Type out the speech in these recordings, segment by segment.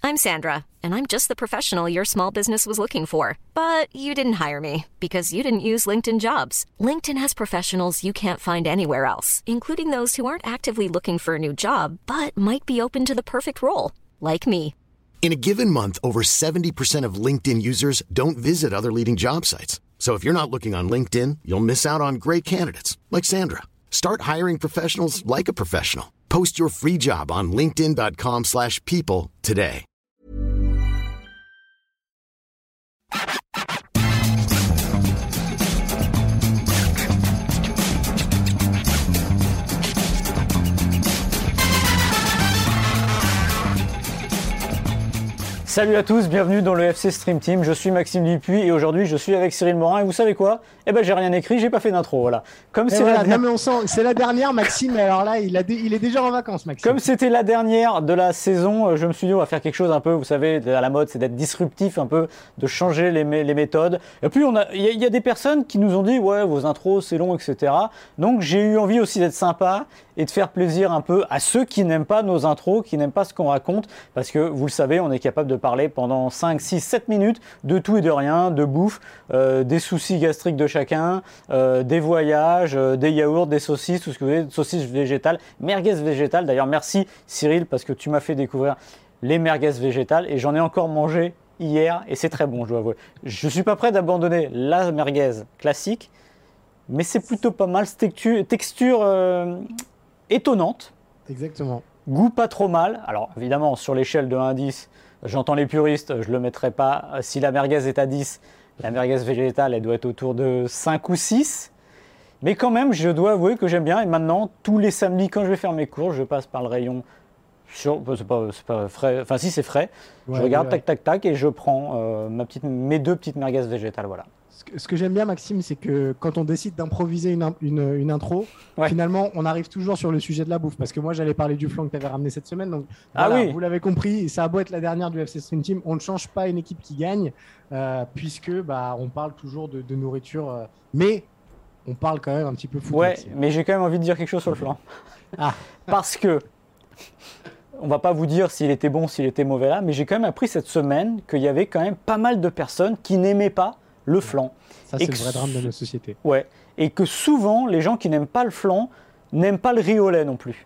I'm Sandra, and I'm just the professional your small business was looking for. But you didn't hire me because you didn't use LinkedIn Jobs. LinkedIn has professionals you can't find anywhere else, including those who aren't actively looking for a new job, but might be open to the perfect role, like me. In a given month, over 70% of LinkedIn users don't visit other leading job sites. So if you're not looking on LinkedIn, you'll miss out on great candidates like Sandra. Start hiring professionals like a professional. Post your free job on linkedin.com/people today. Salut à tous, bienvenue dans le FC Stream Team, je suis Maxime Dupuis et aujourd'hui je suis avec Cyril Morin et vous savez quoi ? Eh ben j'ai rien écrit, j'ai pas fait d'intro, voilà. Comme c'est voilà, non mais on sent, c'est la dernière Maxime, alors là il est déjà en vacances Maxime. Comme c'était la dernière de la saison, je me suis dit on va faire quelque chose un peu, vous savez, à la mode, c'est d'être disruptif un peu, de changer les méthodes. Et puis il y a des personnes qui nous ont dit ouais vos intros c'est long etc. Donc j'ai eu envie aussi d'être sympa et de faire plaisir un peu à ceux qui n'aiment pas nos intros, qui n'aiment pas ce qu'on raconte, parce que vous le savez, on est capable de parler pendant 5, 6, 7 minutes de tout et de rien, de bouffe, des soucis gastriques de chacun, des voyages, des yaourts, des saucisses, tout ce que vous voulez, saucisses végétales, merguez végétales. D'ailleurs, merci Cyril, parce que tu m'as fait découvrir les merguez végétales et j'en ai encore mangé hier et c'est très bon, je dois avouer. Je ne suis pas prêt d'abandonner la merguez classique, mais c'est plutôt pas mal, texture étonnante. Exactement. Goût pas trop mal. Alors évidemment, sur l'échelle de 1 à 10, j'entends les puristes, je ne le mettrai pas. Si la merguez est à 10, la merguez végétale, elle doit être autour de 5 ou 6. Mais quand même, je dois avouer que j'aime bien. Et maintenant, tous les samedis, quand je vais faire mes courses, je passe par le rayon c'est pas frais. Enfin, si c'est frais, je regarde tac, et je prends mes 2 petites merguez végétales. Voilà. Ce que j'aime bien Maxime, c'est que quand on décide d'improviser une intro, finalement on arrive toujours sur le sujet de la bouffe, parce que moi j'allais parler du flan que tu avais ramené cette semaine, donc voilà, vous l'avez compris, ça a beau être la dernière du FC Stream Team, on ne change pas une équipe qui gagne, puisque on parle toujours de nourriture, mais on parle quand même un petit peu foot. Ouais, mais j'ai quand même envie de dire quelque chose sur le flan. Parce que on va pas vous dire s'il était bon, s'il était mauvais là, mais j'ai quand même appris cette semaine qu'il y avait quand même pas mal de personnes qui n'aimaient pas le flan. Ça, c'est le vrai drame de notre société. Ouais. Et que souvent, les gens qui n'aiment pas le flan n'aiment pas le riz au lait non plus.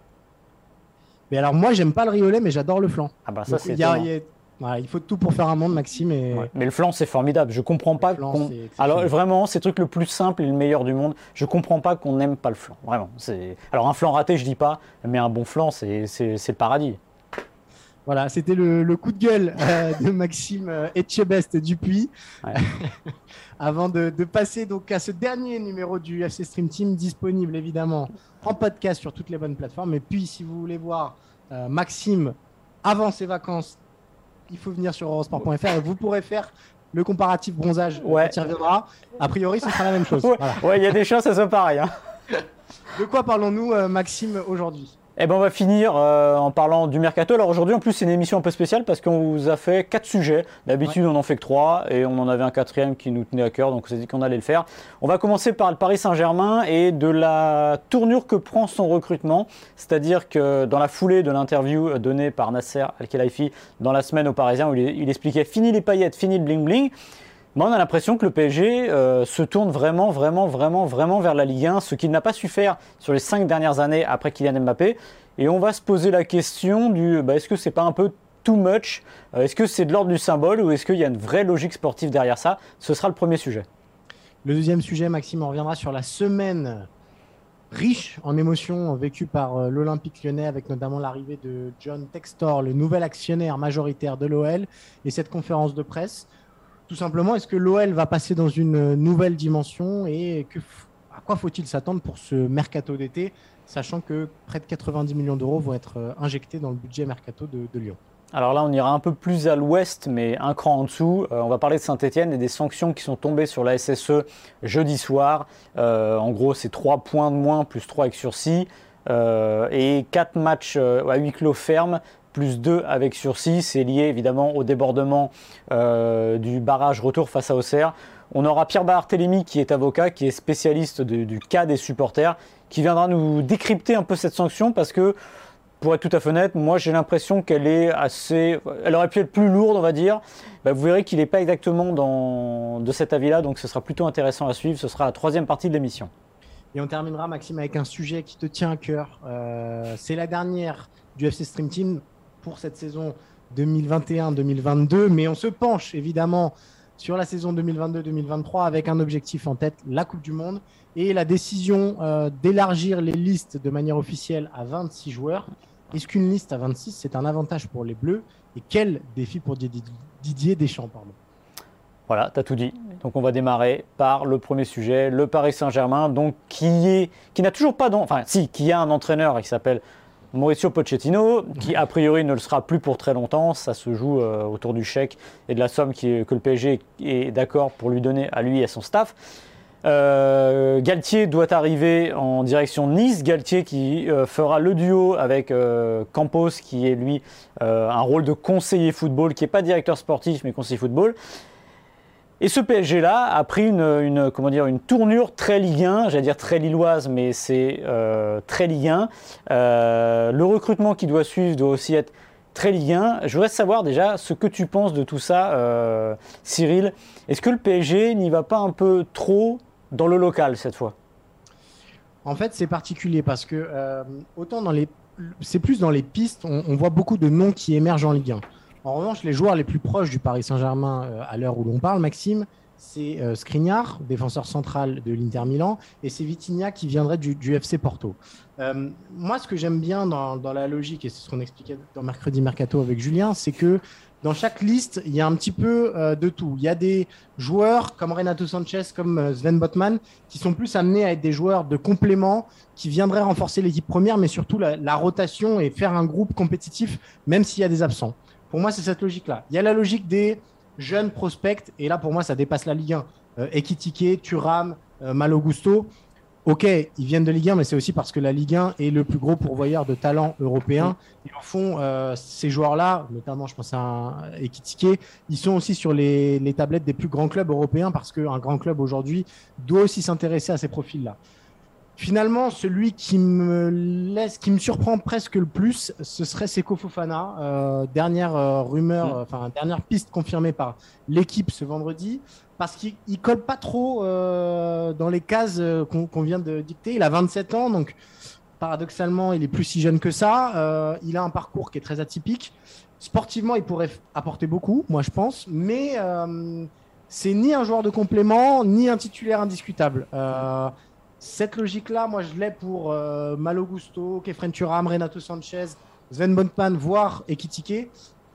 Mais alors, moi, j'aime pas le riz au lait, mais j'adore le flan. Ah bah ça, c'est il faut tout pour faire un monde, Maxime. Et... Ouais. Mais le flan, c'est formidable. Je comprends pas Alors, vraiment, c'est le truc le plus simple et le meilleur du monde. Je comprends pas qu'on n'aime pas le flan. Vraiment. Alors, un flan raté, je dis pas, mais un bon flan, c'est le paradis. Voilà, c'était le coup de gueule de Maxime Etchebest Dupuis. Ouais. Avant de passer donc à ce dernier numéro du FC Stream Team, disponible évidemment en podcast sur toutes les bonnes plateformes. Et puis, si vous voulez voir Maxime avant ses vacances, il faut venir sur eurosport.fr et vous pourrez faire le comparatif bronzage quand il reviendra. A priori, ce sera la même chose. Ouais, il y a des chances que ça soit pareil. Hein. De quoi parlons-nous, Maxime, aujourd'hui ? Eh ben on va finir en parlant du mercato. Alors aujourd'hui en plus c'est une émission un peu spéciale parce qu'on vous a fait 4 sujets. D'habitude on en fait que 3 et on en avait un 4e qui nous tenait à cœur, donc on s'est dit qu'on allait le faire. On va commencer par le Paris Saint-Germain et de la tournure que prend son recrutement. C'est-à-dire que dans la foulée de l'interview donnée par Nasser Al-Khelaifi dans la semaine au Parisien où il expliquait fini les paillettes, fini le bling bling. Moi, on a l'impression que le PSG se tourne vraiment vers la Ligue 1, ce qu'il n'a pas su faire sur les 5 dernières années après Kylian Mbappé. Et on va se poser la question du est-ce que c'est pas un peu too much ? Est-ce que c'est de l'ordre du symbole ou est-ce qu'il y a une vraie logique sportive derrière ça ? Ce sera le premier sujet. Le deuxième sujet, Maxime, on reviendra sur la semaine riche en émotions vécue par l'Olympique Lyonnais, avec notamment l'arrivée de John Textor, le nouvel actionnaire majoritaire de l'OL, et cette conférence de presse. Tout simplement, est-ce que l'OL va passer dans une nouvelle dimension et à quoi faut-il s'attendre pour ce mercato d'été, sachant que près de 90 millions d'euros vont être injectés dans le budget mercato de Lyon ? Alors là, on ira un peu plus à l'ouest, mais un cran en dessous. On va parler de Saint-Etienne et des sanctions qui sont tombées sur la SSE jeudi soir. En gros, c'est 3 points de moins, plus 3 avec sursis, et 4 matchs à huis clos ferme, plus 2 avec sursis. C'est lié évidemment au débordement du barrage retour face à Auxerre. On aura Pierre Barthélémy qui est avocat, qui est spécialiste du cas des supporters, qui viendra nous décrypter un peu cette sanction parce que pour être tout à fait honnête, moi j'ai l'impression qu'elle est assez... Elle aurait pu être plus lourde, on va dire. Vous verrez qu'il n'est pas exactement de cet avis-là, donc ce sera plutôt intéressant à suivre. Ce sera la 3e partie de l'émission. Et on terminera, Maxime, avec un sujet qui te tient à cœur. C'est la dernière du FC Stream Team pour cette saison 2021-2022, mais on se penche évidemment sur la saison 2022-2023 avec un objectif en tête, la Coupe du Monde, et la décision d'élargir les listes de manière officielle à 26 joueurs. Est-ce qu'une liste à 26, c'est un avantage pour les Bleus? Et quel défi pour Didier Deschamps, pardon. Voilà, tu as tout dit. Donc on va démarrer par le premier sujet, le Paris Saint-Germain, donc qui n'a toujours pas qui a un entraîneur qui s'appelle Mauricio Pochettino, qui a priori ne le sera plus pour très longtemps. Ça se joue autour du chèque et de la somme que le PSG est d'accord pour lui donner à lui et à son staff. Galtier doit arriver en direction de Nice. Galtier qui fera le duo avec Campos, qui est lui un rôle de conseiller football, qui n'est pas directeur sportif mais conseiller football. Et ce PSG-là a pris une tournure très Ligue 1, j'allais dire très lilloise, mais c'est très Ligue 1. Le recrutement qui doit suivre doit aussi être très Ligue 1. Je voudrais savoir déjà ce que tu penses de tout ça, Cyril. Est-ce que le PSG n'y va pas un peu trop dans le local cette fois? En fait, c'est particulier parce que autant c'est plus dans les pistes, on voit beaucoup de noms qui émergent en Ligue 1. En revanche, les joueurs les plus proches du Paris Saint-Germain à l'heure où l'on parle, Maxime, c'est Skriniar, défenseur central de l'Inter Milan, et c'est Vitinha qui viendrait du FC Porto. Moi, ce que j'aime bien dans la logique, et c'est ce qu'on expliquait dans Mercredi Mercato avec Julien, c'est que dans chaque liste, il y a un petit peu de tout. Il y a des joueurs comme Renato Sanchez, comme Sven Botman, qui sont plus amenés à être des joueurs de complément, qui viendraient renforcer l'équipe première, mais surtout la rotation et faire un groupe compétitif, même s'il y a des absents. Pour moi, c'est cette logique-là. Il y a la logique des jeunes prospects, et là, pour moi, ça dépasse la Ligue 1. Ekitike, Thuram, Malo Gusto. Ok, ils viennent de Ligue 1, mais c'est aussi parce que la Ligue 1 est le plus gros pourvoyeur de talents européens. Et au fond, ces joueurs-là, notamment, je pense à Ekitike, ils sont aussi sur les tablettes des plus grands clubs européens parce qu'un grand club aujourd'hui doit aussi s'intéresser à ces profils-là. Finalement, celui qui me surprend presque le plus, ce serait Seko Fofana. Dernière dernière piste confirmée par l'équipe ce vendredi, parce qu'il ne colle pas trop dans les cases qu'on vient de dicter. Il a 27 ans, donc paradoxalement, il est plus si jeune que ça. Il a un parcours qui est très atypique. Sportivement, il pourrait apporter beaucoup, moi je pense, mais c'est ni un joueur de complément, ni un titulaire indiscutable. Cette logique-là, moi, je l'ai pour Malo Gusto, Kefren Thuram, Renato Sanchez, Sven Botman, voire Ekitike.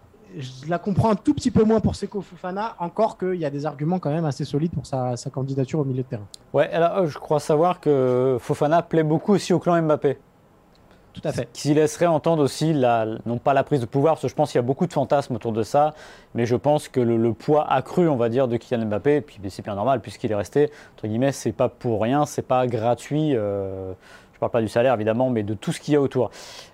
Je la comprends un tout petit peu moins pour Seko Fofana, encore qu'il y a des arguments quand même assez solides pour sa candidature au milieu de terrain. Ouais, alors je crois savoir que Fofana plaît beaucoup aussi au clan Mbappé. Tout à fait. Qui laisserait entendre aussi, non pas la prise de pouvoir, parce que je pense qu'il y a beaucoup de fantasmes autour de ça, mais je pense que le poids accru, on va dire, de Kylian Mbappé, et puis c'est bien normal puisqu'il est resté, entre guillemets, c'est pas pour rien, c'est pas gratuit, je parle pas du salaire évidemment, mais de tout ce qu'il y a autour.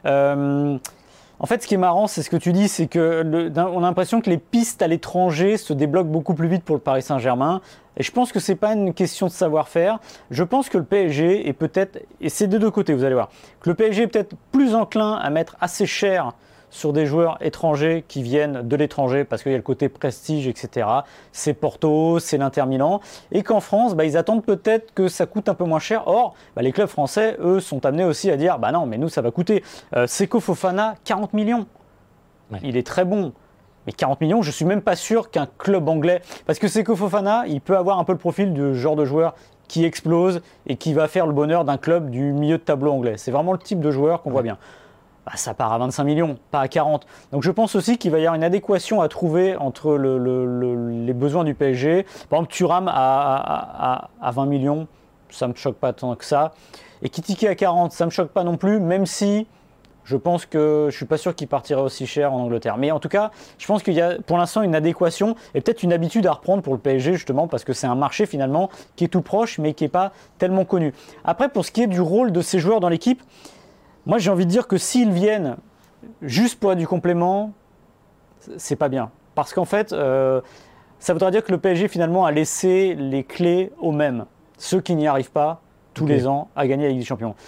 En fait, ce qui est marrant, c'est ce que tu dis, c'est que on a l'impression que les pistes à l'étranger se débloquent beaucoup plus vite pour le Paris Saint-Germain. Et je pense que c'est pas une question de savoir-faire. Je pense que le PSG est peut-être, et c'est des deux côtés, vous allez voir, que le PSG est peut-être plus enclin à mettre assez cher sur des joueurs étrangers qui viennent de l'étranger parce qu'il y a le côté prestige, etc. C'est Porto, c'est l'Inter Milan. Et qu'en France, ils attendent peut-être que ça coûte un peu moins cher. Or, les clubs français, eux, sont amenés aussi à dire non, mais nous, ça va coûter. Seko Fofana, 40 millions. Ouais. Il est très bon. Mais 40 millions, je ne suis même pas sûr qu'un club anglais... Parce que Seko Fofana, il peut avoir un peu le profil du genre de joueur qui explose et qui va faire le bonheur d'un club du milieu de tableau anglais. C'est vraiment le type de joueur qu'on voit bien. Ça part à 25 millions, pas à 40. Donc je pense aussi qu'il va y avoir une adéquation à trouver entre les besoins du PSG. Par exemple, Thuram à 20 millions, ça ne me choque pas tant que ça. Et Ekitike à 40, ça ne me choque pas non plus, même si je pense que je ne suis pas sûr qu'il partirait aussi cher en Angleterre. Mais en tout cas, je pense qu'il y a pour l'instant une adéquation et peut-être une habitude à reprendre pour le PSG justement parce que c'est un marché finalement qui est tout proche mais qui n'est pas tellement connu. Après, pour ce qui est du rôle de ces joueurs dans l'équipe, moi, j'ai envie de dire que s'ils viennent juste pour être du complément, c'est pas bien. Parce qu'en fait, ça voudra dire que le PSG finalement a laissé les clés aux mêmes. Ceux qui n'y arrivent pas tous les ans à gagner la Ligue des Champions.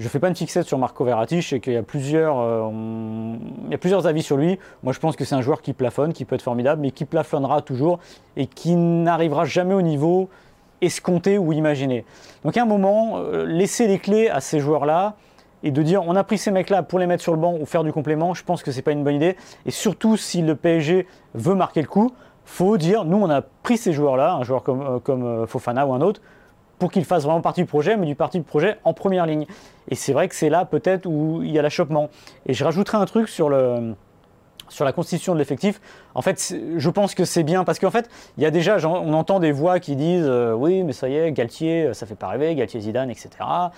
je ne fais pas une fixette sur Marco Verratti, je sais qu'il y a plusieurs avis sur lui. Moi, je pense que c'est un joueur qui plafonne, qui peut être formidable, mais qui plafonnera toujours et qui n'arrivera jamais au niveau escompté ou imaginé. Donc à un moment, laisser les clés à ces joueurs-là et de dire on a pris ces mecs-là pour les mettre sur le banc ou faire du complément, je pense que ce n'est pas une bonne idée. Et surtout, si le PSG veut marquer le coup, il faut dire nous, on a pris ces joueurs-là, un joueur comme Fofana ou un autre, pour qu'il fasse vraiment partie du projet, mais du parti du projet en première ligne. Et c'est vrai que c'est là peut-être où il y a l'achoppement. Et je rajouterai un truc sur la constitution de l'effectif. En fait, je pense que c'est bien, parce qu'en fait, il y a déjà, on entend des voix qui disent oui, mais ça y est, Galtier, ça fait pas rêver, Galtier Zidane, etc.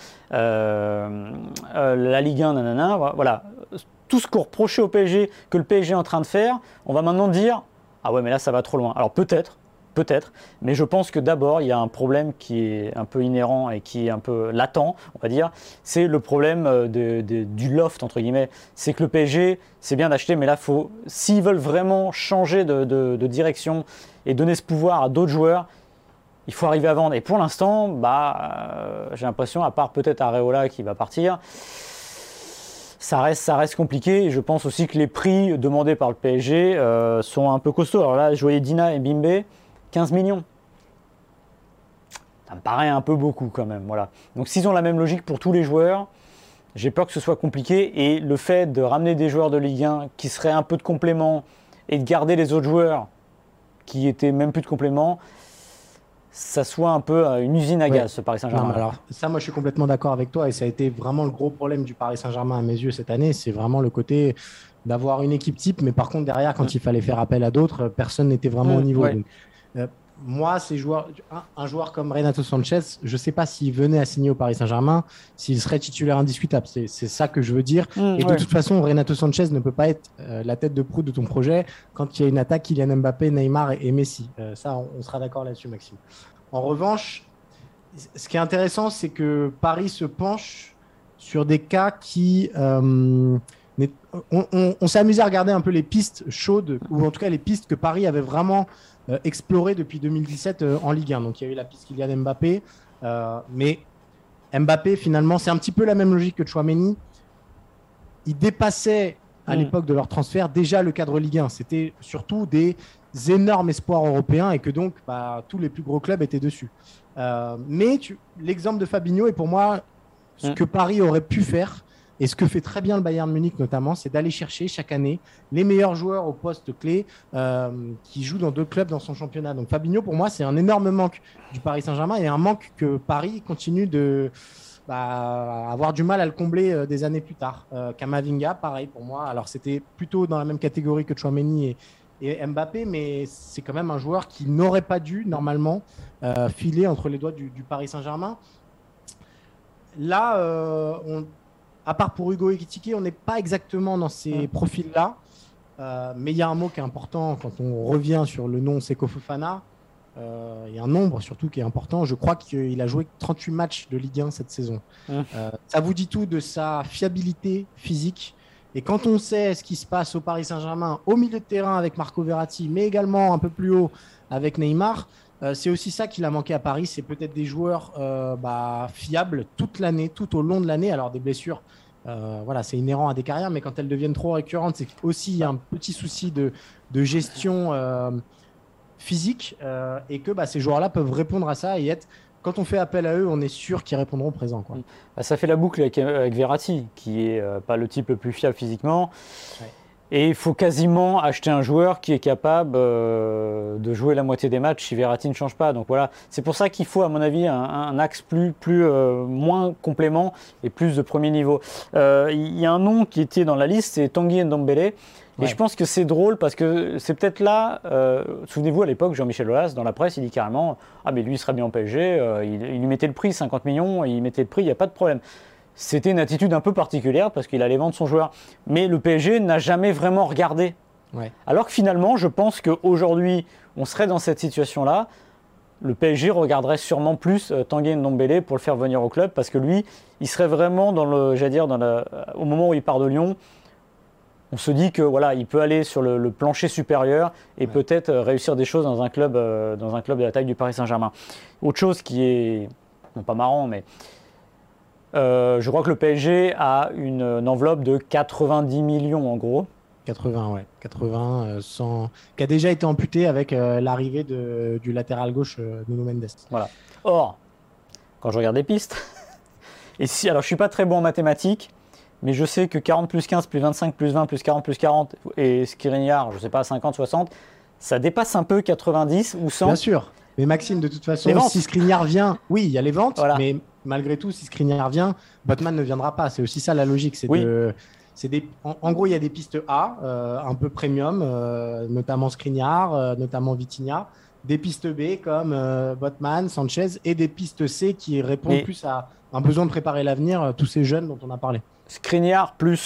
La Ligue 1, nanana, voilà. Tout ce qu'on reprochait au PSG, que le PSG est en train de faire, on va maintenant dire ah ouais, mais là, ça va trop loin. Alors peut-être, mais je pense que d'abord, il y a un problème qui est un peu inhérent et qui est un peu latent, on va dire, c'est le problème du loft, entre guillemets. C'est que le PSG, c'est bien d'acheter, mais là, s'ils veulent vraiment changer de direction et donner ce pouvoir à d'autres joueurs, il faut arriver à vendre. Et pour l'instant, j'ai l'impression, à part peut-être Areola qui va partir, ça reste compliqué. Et je pense aussi que les prix demandés par le PSG sont un peu costauds. Alors là, je voyais Dina et Bimbe, 15 millions. Ça me paraît un peu beaucoup quand même. Voilà. Donc s'ils ont la même logique pour tous les joueurs, j'ai peur que ce soit compliqué. Et le fait de ramener des joueurs de Ligue 1 qui seraient un peu de complément et de garder les autres joueurs qui étaient même plus de complément, ça soit un peu une usine à gaz, ce Paris Saint-Germain. Non, alors ça, moi, je suis complètement d'accord avec toi et ça a été vraiment le gros problème du Paris Saint-Germain à mes yeux cette année. C'est vraiment le côté d'avoir une équipe type, mais par contre, derrière, quand il fallait faire appel à d'autres, personne n'était vraiment au niveau. Ouais. Donc, moi, un joueur comme Renato Sanchez, je ne sais pas s'il venait à signer au Paris Saint-Germain, s'il serait titulaire indiscutable. C'est ça que je veux dire. Et de toute façon, Renato Sanchez ne peut pas être la tête de proue de ton projet quand il y a une attaque Kylian Mbappé, Neymar et Messi. Ça, on sera d'accord là-dessus, Maxime. En revanche, ce qui est intéressant, c'est que Paris se penche sur des cas qui... on s'est amusé à regarder un peu les pistes chaudes, ou en tout cas les pistes que Paris avait vraiment explorées depuis 2017 en Ligue 1. Donc il y a eu la piste Kylian Mbappé, mais Mbappé finalement c'est un petit peu la même logique que Tchouaméni. Il dépassait à l'époque de leur transfert déjà le cadre Ligue 1. C'était surtout des énormes espoirs européens et que donc tous les plus gros clubs étaient dessus. Mais l'exemple de Fabinho est pour moi ce que Paris aurait pu faire. Et ce que fait très bien le Bayern Munich notamment, c'est d'aller chercher chaque année les meilleurs joueurs au poste clé qui jouent dans deux clubs dans son championnat. Donc Fabinho, pour moi, c'est un énorme manque du Paris Saint-Germain et un manque que Paris continue de avoir du mal à le combler des années plus tard. Camavinga, pareil pour moi. Alors c'était plutôt dans la même catégorie que Tchouaméni et Mbappé, mais c'est quand même un joueur qui n'aurait pas dû normalement filer entre les doigts du Paris Saint-Germain. Là, à part pour Hugo Ekitike, on n'est pas exactement dans ces profils-là. Mais il y a un mot qui est important quand on revient sur le nom Seko Fofana. Il y a un nombre surtout qui est important. Je crois qu'il a joué 38 matchs de Ligue 1 cette saison. Ça vous dit tout de sa fiabilité physique. Et quand on sait ce qui se passe au Paris Saint-Germain, au milieu de terrain avec Marco Verratti, mais également un peu plus haut avec Neymar, c'est aussi ça qu'il a manqué à Paris. C'est peut-être des joueurs fiables toute l'année, tout au long de l'année. Alors des blessures, c'est inhérent à des carrières, mais quand elles deviennent trop récurrentes, c'est aussi il y a un petit souci de gestion physique et que ces joueurs-là peuvent répondre à ça et être... Quand on fait appel à eux, on est sûr qu'ils répondront présent, quoi. Ça fait la boucle avec Verratti, qui est pas le type le plus fiable physiquement. Ouais. Et il faut quasiment acheter un joueur qui est capable de jouer la moitié des matchs si Verratti ne change pas. Donc voilà, c'est pour ça qu'il faut, à mon avis, un axe moins complément et plus de premier niveau. Il y a un nom qui était dans la liste, c'est Tanguy Ndombele. Et je pense que c'est drôle parce que c'est peut-être là, souvenez-vous à l'époque, Jean-Michel Aulas, dans la presse, il dit carrément « Ah mais lui il serait bien en PSG, il lui mettait le prix, 50 millions, il mettait le prix, il n'y a pas de problème ». C'était une attitude un peu particulière parce qu'il allait vendre son joueur. Mais le PSG n'a jamais vraiment regardé. Ouais. Alors que finalement, je pense qu'aujourd'hui, on serait dans cette situation-là. Le PSG regarderait sûrement plus Tanguy Ndombele pour le faire venir au club parce que lui, il serait vraiment au moment où il part de Lyon, on se dit que voilà, il peut aller sur le plancher supérieur et peut-être réussir des choses dans un club de la taille du Paris Saint-Germain. Autre chose qui est, non pas marrant, mais Je crois que le PSG a une enveloppe de 90 millions en gros. 80, ouais. 80, 100... qui a déjà été amputé avec l'arrivée du latéral gauche Nuno Mendes. Voilà. Or, quand je regarde les pistes, et si, alors je ne suis pas très bon en mathématiques, mais je sais que 40 plus 15 plus 25 plus 20 plus 40 plus 40 et Skriniar, je ne sais pas, 50, 60, ça dépasse un peu 90 ou 100. Bien sûr. Mais Maxime, de toute façon, si Skriniar vient, oui, il y a les ventes, voilà. Mais malgré tout, si Skriniar vient, Botman ne viendra pas. C'est aussi ça la logique. En gros, il y a des pistes A, un peu premium, notamment Skriniar, notamment Vitinha. Des pistes B comme Botman, Sanchez, et des pistes C qui répondent plus à un besoin de préparer l'avenir, tous ces jeunes dont on a parlé. Skriniar plus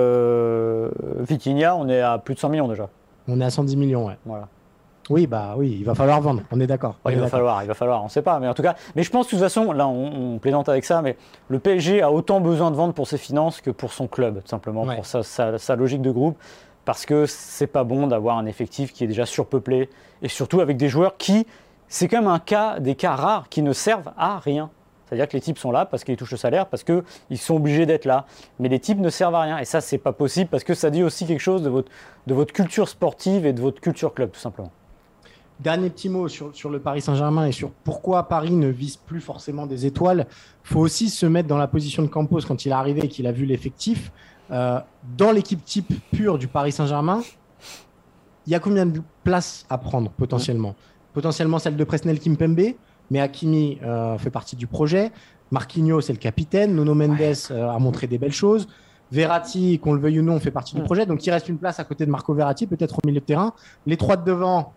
Vitinha, on est à plus de 100 millions déjà. On est à 110 millions, ouais. Voilà. Oui, il va falloir vendre, on est d'accord. Il va falloir, on ne sait pas. Mais en tout cas, je pense de toute façon, là on plaisante avec ça, mais le PSG a autant besoin de vendre pour ses finances que pour son club, tout simplement, pour sa logique de groupe, parce que c'est pas bon d'avoir un effectif qui est déjà surpeuplé, et surtout avec des joueurs qui, c'est quand même des cas rares, qui ne servent à rien. C'est-à-dire que les types sont là parce qu'ils touchent le salaire, parce qu'ils sont obligés d'être là. Mais les types ne servent à rien. Et ça, c'est pas possible parce que ça dit aussi quelque chose de votre culture sportive et de votre culture club, tout simplement. Dernier petit mot sur le Paris Saint-Germain et sur pourquoi Paris ne vise plus forcément des étoiles. Il faut aussi se mettre dans la position de Campos quand il est arrivé et qu'il a vu l'effectif. Dans l'équipe type pure du Paris Saint-Germain, il y a combien de places à prendre potentiellement ? Potentiellement celle de Presnel Kimpembe, mais Hakimi fait partie du projet. Marquinhos, c'est le capitaine. Nuno Mendes a montré des belles choses. Verratti, qu'on le veuille ou non, fait partie du projet. Donc il reste une place à côté de Marco Verratti, peut-être au milieu de terrain. Les trois de devant,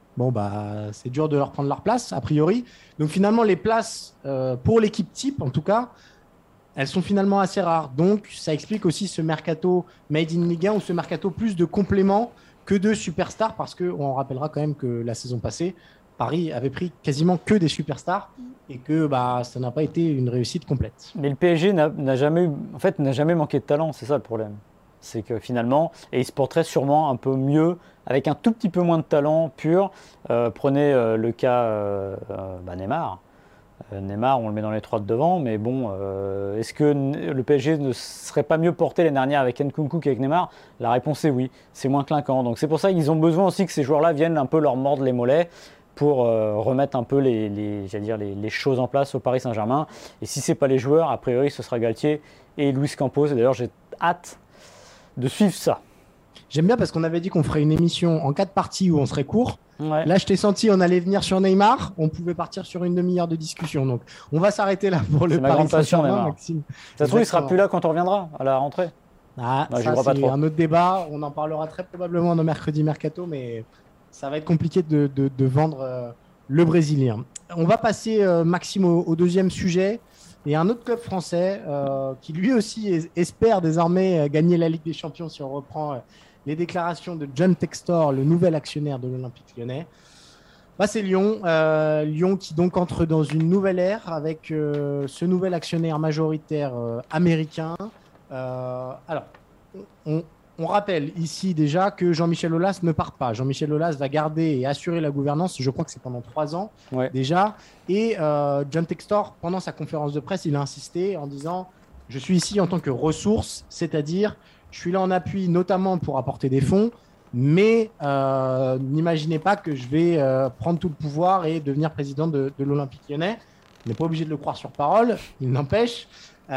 c'est dur de leur prendre leur place, a priori. Donc finalement, les places pour l'équipe type, en tout cas, elles sont finalement assez rares. Donc ça explique aussi ce mercato made in Ligue 1 ou ce mercato plus de compléments que de superstars, parce qu'on rappellera quand même que la saison passée, Paris avait pris quasiment que des superstars et que ça n'a pas été une réussite complète. Mais le PSG n'a jamais manqué de talent, c'est ça le problème. C'est que finalement, et il se porterait sûrement un peu mieux avec un tout petit peu moins de talent pur. Prenez le cas Neymar. Neymar, on le met dans les trois de devant, mais bon, est-ce que le PSG ne serait pas mieux porté l'année dernière avec Nkunku qu'avec Neymar ? La réponse est oui, c'est moins clinquant. Donc c'est pour ça qu'ils ont besoin aussi que ces joueurs-là viennent un peu leur mordre les mollets pour remettre un peu les choses en place au Paris Saint-Germain. Et si ce n'est pas les joueurs, a priori, ce sera Galtier et Luis Campos. Et d'ailleurs, j'ai hâte de suivre ça. J'aime bien parce qu'on avait dit qu'on ferait une émission en 4 parties où on serait court. Ouais. Là, je t'ai senti, on allait venir sur Neymar. On pouvait partir sur une demi-heure de discussion. Donc, on va s'arrêter là pour le Paris Saint-Germain, Maxime. Ça se trouve, il ne sera plus là quand on reviendra à la rentrée. Ça, c'est un autre débat. On en parlera très probablement dans mercredi mercato, mais ça va être compliqué de vendre le Brésilien. On va passer, Maxime, au deuxième sujet. Et un autre club français qui lui aussi espère désormais gagner la Ligue des Champions si on reprend les déclarations de John Textor, le nouvel actionnaire de l'Olympique Lyonnais. C'est Lyon. Lyon qui donc entre dans une nouvelle ère avec ce nouvel actionnaire majoritaire américain. Alors, on rappelle ici déjà que Jean-Michel Aulas ne part pas. Jean-Michel Aulas va garder et assurer la gouvernance, je crois que c'est pendant 3 ans déjà. Et John Textor, pendant sa conférence de presse, il a insisté en disant « Je suis ici en tant que ressource, c'est-à-dire je suis là en appui notamment pour apporter des fonds, mais n'imaginez pas que je vais prendre tout le pouvoir et devenir président de l'Olympique Lyonnais. » On n'est pas obligé de le croire sur parole, il n'empêche. Il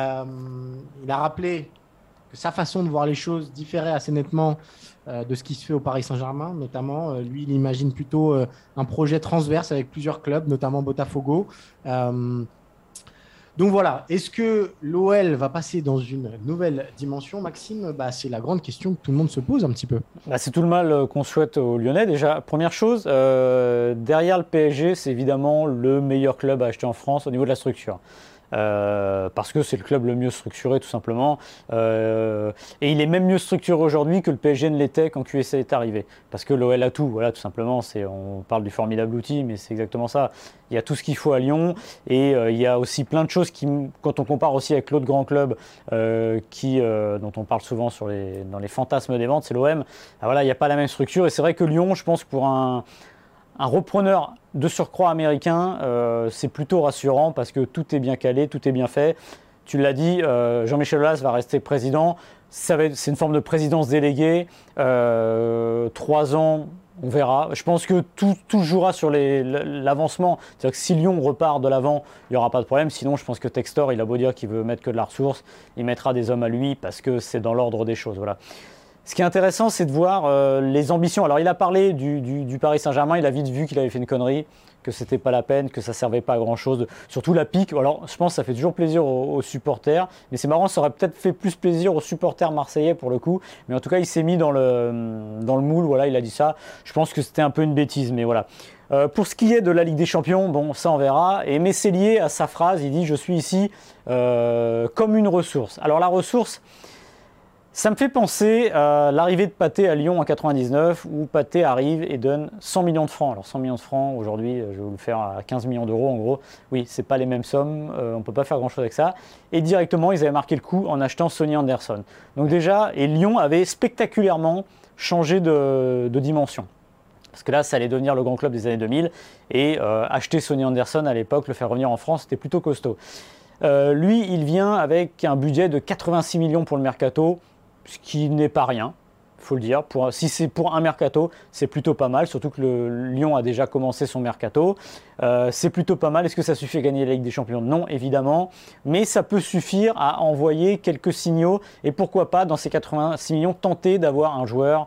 a rappelé que sa façon de voir les choses différait assez nettement de ce qui se fait au Paris Saint-Germain, notamment. Lui, il imagine plutôt un projet transverse avec plusieurs clubs, notamment Botafogo. Donc voilà, est-ce que l'OL va passer dans une nouvelle dimension, Maxime ? C'est la grande question que tout le monde se pose un petit peu. C'est tout le mal qu'on souhaite aux Lyonnais. Déjà, première chose, derrière le PSG, c'est évidemment le meilleur club à acheter en France au niveau de la structure. Parce que c'est le club le mieux structuré tout simplement et il est même mieux structuré aujourd'hui que le PSG ne l'était quand QSA est arrivé parce que l'OL a tout, voilà, tout simplement. On parle du formidable outil, mais c'est exactement ça. Il y a tout ce qu'il faut à Lyon et il y a aussi plein de choses qui, quand on compare aussi avec l'autre grand club dont on parle souvent dans les fantasmes des ventes, c'est l'OM. Voilà, il n'y a pas la même structure et c'est vrai que Lyon, je pense, pour un repreneur de surcroît américain, c'est plutôt rassurant parce que tout est bien calé, tout est bien fait. Tu l'as dit, Jean-Michel Aulas va rester président. C'est une forme de présidence déléguée. 3 ans, on verra. Je pense que tout jouera sur l'avancement. C'est-à-dire que si Lyon repart de l'avant, il n'y aura pas de problème. Sinon, je pense que Textor, il a beau dire qu'il veut mettre que de la ressource, il mettra des hommes à lui parce que c'est dans l'ordre des choses. Voilà. Ce qui est intéressant, c'est de voir les ambitions. Alors, il a parlé du Paris Saint-Germain. Il a vite vu qu'il avait fait une connerie, que c'était pas la peine, que ça servait pas à grand-chose. Surtout la pique. Alors, je pense que ça fait toujours plaisir aux supporters. Mais c'est marrant, ça aurait peut-être fait plus plaisir aux supporters marseillais pour le coup. Mais en tout cas, il s'est mis dans le moule. Voilà, il a dit ça. Je pense que c'était un peu une bêtise, mais voilà. Pour ce qui est de la Ligue des Champions, bon, ça on verra. Mais c'est lié à sa phrase. Il dit « Je suis ici comme une ressource ». Alors, la ressource... Ça me fait penser à l'arrivée de Pathé à Lyon en 99 où Pathé arrive et donne 100 millions de francs. Alors 100 millions de francs, aujourd'hui, je vais vous le faire à 15 millions d'euros en gros. Oui, c'est pas les mêmes sommes, on ne peut pas faire grand-chose avec ça. Et directement, ils avaient marqué le coup en achetant Sonny Anderson. Donc déjà, et Lyon avait spectaculairement changé de dimension. Parce que là, ça allait devenir le grand club des années 2000. Et acheter Sonny Anderson à l'époque, le faire revenir en France, c'était plutôt costaud. Lui, il vient avec un budget de 86 millions pour le mercato. Ce qui n'est pas rien, il faut le dire. Si c'est pour un mercato, c'est plutôt pas mal, surtout que le Lyon a déjà commencé son mercato. C'est plutôt pas mal. Est-ce que ça suffit à gagner la Ligue des Champions? Non, évidemment. Mais ça peut suffire à envoyer quelques signaux. Et pourquoi pas, dans ces 86 millions, tenter d'avoir un joueur